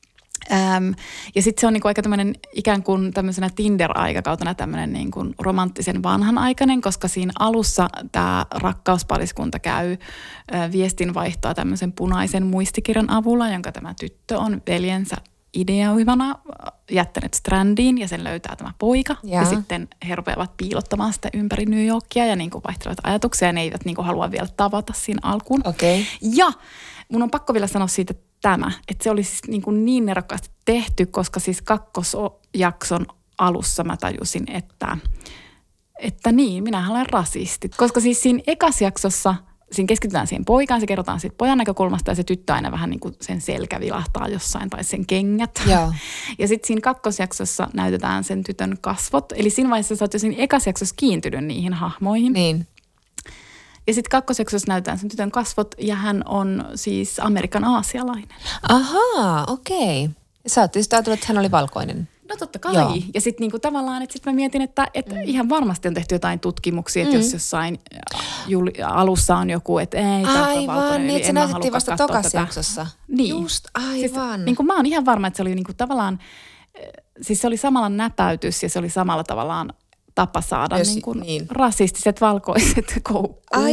Ja sitten se on niinku aika tämmöinen ikään kuin tämmöisenä Tinder-aikakautena tämmöinen niinku romanttisen vanhanaikainen, koska siinä alussa tämä rakkauspariskunta käy viestinvaihtoa tämmöisen punaisen muistikirjan avulla, jonka tämä tyttö on veljensä ideoivana jättänyt Strandiin ja sen löytää tämä poika. Ja sitten he rupeavat piilottamaan sitä ympäri New Yorkia ja niinku vaihtelevat ajatuksia ja ne eivät niinku halua vielä tavata siinä alkuun. Ja mun on pakko vielä sanoa siitä että se oli siis niin nerokkaasti tehty, koska siis kakkosjakson alussa mä tajusin, että niin, minähän olen rasisti. Koska siis siinä ekassa jaksossa, siinä keskitytään siihen poikaan, se kerrotaan siitä pojan näkökulmasta ja se tyttö aina vähän niin kuin sen selkä vilahtaa jossain tai sen kengät. Ja sitten siinä kakkosjaksossa näytetään sen tytön kasvot. Eli siinä vaiheessa sä oot jo siinä ekassa jaksossa kiintynyt niihin hahmoihin. Niin. Ja sitten kakkosjaksossa näytetään sen tytön kasvot ja hän on siis Amerikan aasialainen. Ahaa, okei. Sä oot tietysti ajatellut, että hän oli valkoinen. No totta kai. Joo. Ja sitten niinku tavallaan, että sitten mä mietin, että ihan varmasti on tehty jotain tutkimuksia, että jos jossain alussa on joku, että ei, tämä on valkoinen. Niin, että se näytettiin vasta tokas jaksossa. Niin. Just, aivan. Siis, niinku mä oon ihan varma, että se oli niinku tavallaan, siis se oli samalla näpäytys ja se oli samalla tavallaan tapa saada niin rasistiset valkoiset koukkuun.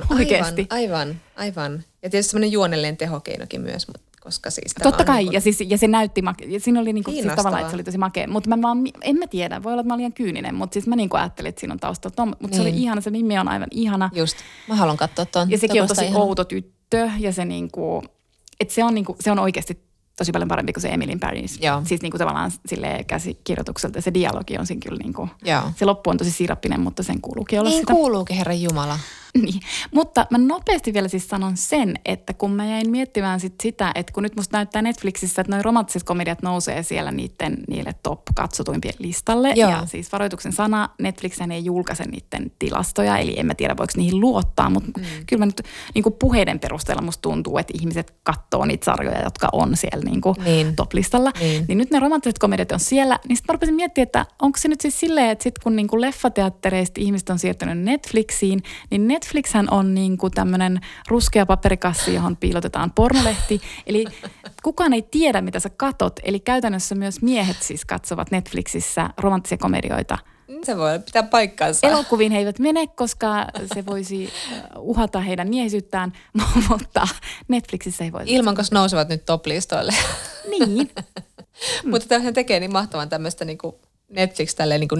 Aivan. Ja tietysti semmoinen juonellinen tehokeinokin myös, koska siis totta kai, niin kuin ja se näytti, ja siinä oli niinku siis tavallaan, että se oli tosi makea. Mutta en mä tiedä, voi olla, että mä olin liian kyyninen, mutta siis mä niinku ajattelin, että siinä on taustalla. Mutta se oli ihana, se Mimmi on aivan ihana. Just, mä haluan katsoa ton. Ja sekin on tosi outo tyttö, ja se niinku, että se on oikeasti tosi paljon parempi kuin se Emily in Paris. Siis niinku tavallaan silleen käsikirjoitukselta. Se dialogi on siinä kyllä niinku, se loppu on tosi sirappinen, mutta sen kuuluukin olla niin sitä. Niin kuuluukin, Herran Jumala. Niin, mutta mä nopeasti vielä siis sanon sen, että kun mä jäin miettimään sitä, että kun nyt musta näyttää Netflixissä, että noi romanttiset komediat nousee siellä niille top-katsotuimpien listalle. Ja siis varoituksen sana, Netflixhän ei julkaise niiden tilastoja, eli en mä tiedä voiko niihin luottaa, mutta kyllä mä nyt niin kuin puheiden perusteella musta tuntuu, että ihmiset katsoo niitä sarjoja, jotka on siellä niin kuin top-listalla. Niin nyt ne romanttiset komediat on siellä, niin sitten mä rupesin miettimään, että onko se nyt siis silleen, että sit kun niin kuin leffateattereista ihmiset on siirtynyt Netflixiin, niin Netflixhän on niinku tämmöinen ruskea paperikassi, johon piilotetaan pornolehti. Eli kukaan ei tiedä, mitä sä katot. Eli käytännössä myös miehet siis katsovat Netflixissä romanttisia komedioita. Se voi pitää paikkansa. Elokuviin he eivät mene, koska se voisi uhata heidän miehisyyttään, mutta Netflixissä ei voi. Ilman, koska nousevat nyt top-listoille. Niin. Mutta tämähän tekee niin mahtavan tämmöistä niinku Netflix tälleen niin kuin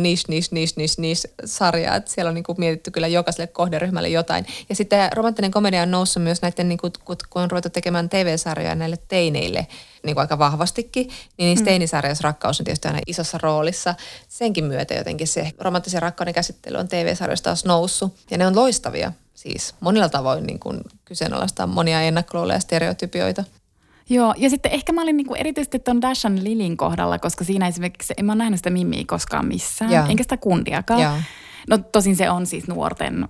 niche-sarjaa, että siellä on niin kuin mietitty kyllä jokaiselle kohderyhmälle jotain. Ja sitten romanttinen komedia on noussut myös näiden, niin kuin, kun on ruvettu tekemään TV-sarjoja näille teineille niin kuin aika vahvastikin, niin niissä teinisarjoissa rakkaus on tietysti aina isossa roolissa. Senkin myötä jotenkin se romanttisen rakkauden käsittely on TV-sarjoissa taas noussut. Ja ne on loistavia siis. Monilla tavoin niin kuin kyseenalaistaan monia ennakkoluuloja ja stereotypioita. Joo, ja sitten ehkä mä olin niinku erityisesti ton Dash and Lilyn kohdalla, koska siinä esimerkiksi, en mä ole nähnyt sitä Mimmiä koskaan missään, enkä sitä kundiakaan. No tosin se on siis nuorten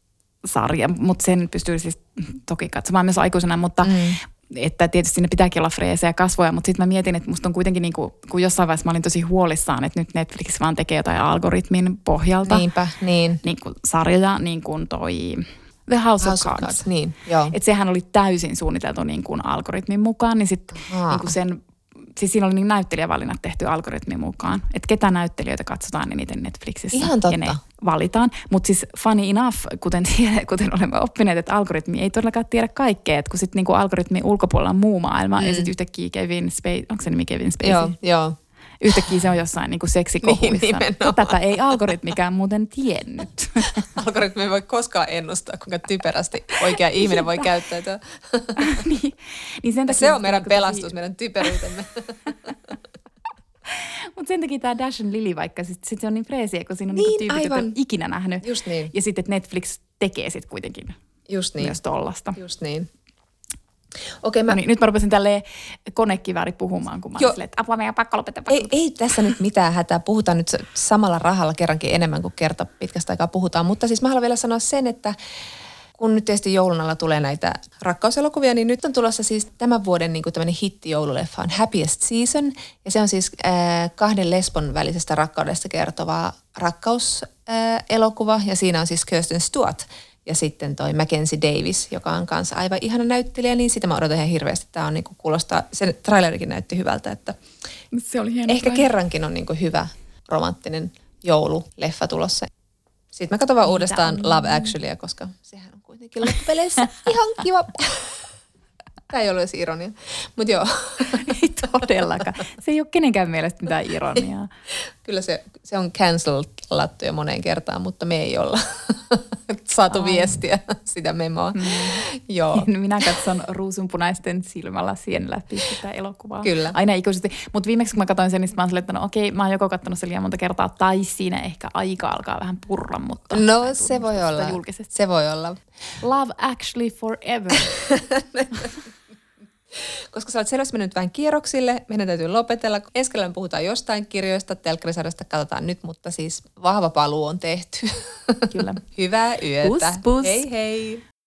sarja, mutta sen pystyy siis toki katsomaan myös aikuisena, mutta että tietysti siinä pitääkin olla freesejä kasvoja, mutta sitten mä mietin, että musta on kuitenkin niinku, kun jossain vaiheessa mä olin tosi huolissaan, että nyt Netflix vaan tekee jotain algoritmin pohjalta. Niinpä, niin. Niinku sarjoja, niin kuin toi The House of Cards. Niin, joo. Että sehän oli täysin suunniteltu niin kuin algoritmin mukaan, niin sitten niin sen, siis siinä oli niin näyttelijävalinnat tehty algoritmin mukaan. Että ketä näyttelijöitä katsotaan eniten Netflixissä. Ihan totta. Ja ne valitaan. Mutta siis funny enough, kuten olemme oppineet, että algoritmi ei todellakaan tiedä kaikkea. Että kun sitten niin algoritmin ulkopuolella on muu maailma ja sitten yhtäkkiä Kevin Spacey, onko se nimi Kevin Spacey? Joo. Yhtäkkiä se on jossain niin kuin seksikohuissa. Niin, tätä ei algoritmikään muuten tiennyt. Algoritmi ei voi koskaan ennustaa, kuinka typerästi oikea ihminen voi käyttäytyä. niin sen takia se on meidän pelastus, meidän typeryytemme. Mutta sen takia tämä Dash and Lily, vaikka sit se on niin freesiä, kun siinä on niin, tyypit, jotka on ikinä nähnyt. Just niin. Ja sitten Netflix tekee sitten kuitenkin just niin. myös tollasta. Just niin. Okei, No niin, nyt mä rupesin tälleen konekivääri puhumaan, kun mä olin silleen, että apua, meidän pakko lopettaa. Ei tässä nyt mitään hätää. Puhutaan nyt samalla rahalla kerrankin enemmän kuin kerta pitkästä aikaa puhutaan. Mutta siis mä haluan vielä sanoa sen, että kun nyt tietysti joulun alla tulee näitä rakkauselokuvia, niin nyt on tulossa siis tämän vuoden niin kuin tämmöinen hitti-joululeffa on Happiest Season. Ja se on siis kahden lesbon välisestä rakkaudesta kertova rakkauselokuva. Ja siinä on siis Kirsten Stewart ja sitten toi Mackenzie Davis, joka on kanssa aivan ihana näyttelijä. Niin sitä mä odotan ihan hirveästi. Tämä on niin kuin kuulostaa, sen trailerikin näytti hyvältä, että se oli hieno ehkä kerrankin on niin kuin hyvä romanttinen joululeffa tulossa. Sitten mä katson vaan uudestaan Love Actuallyä, koska sehän on kuitenkin loppupeleissä ihan kiva. Tämä ei ollut edes ironia, mutta joo. Ei todellakaan. Se ei ole kenenkään mielestä mitään ironiaa. Kyllä se on cancelattu jo moneen kertaan, mutta me ei olla saatu viestiä sitä memoa. Joo. Minä katson ruusunpunaisten silmälasien läpi sitä elokuvaa. Kyllä. Aina ikuisesti. Mutta viimeksi kun mä katsoin sen, niin mä oon silleen, että no okei, mä oon joko katsonut sen liian monta kertaa, tai siinä ehkä aika alkaa vähän purra, mutta... No se voi olla. Se voi olla. Love Actually Forever. Koska sä oot selvästi mennyt vähän kierroksille, meidän täytyy lopetella. Ensi kerralla puhutaan jostain kirjoista, telkkarisarjasta katsotaan nyt, mutta siis vahva paluu on tehty. Kyllä. Hyvää yötä. Pus, pus. Hei hei.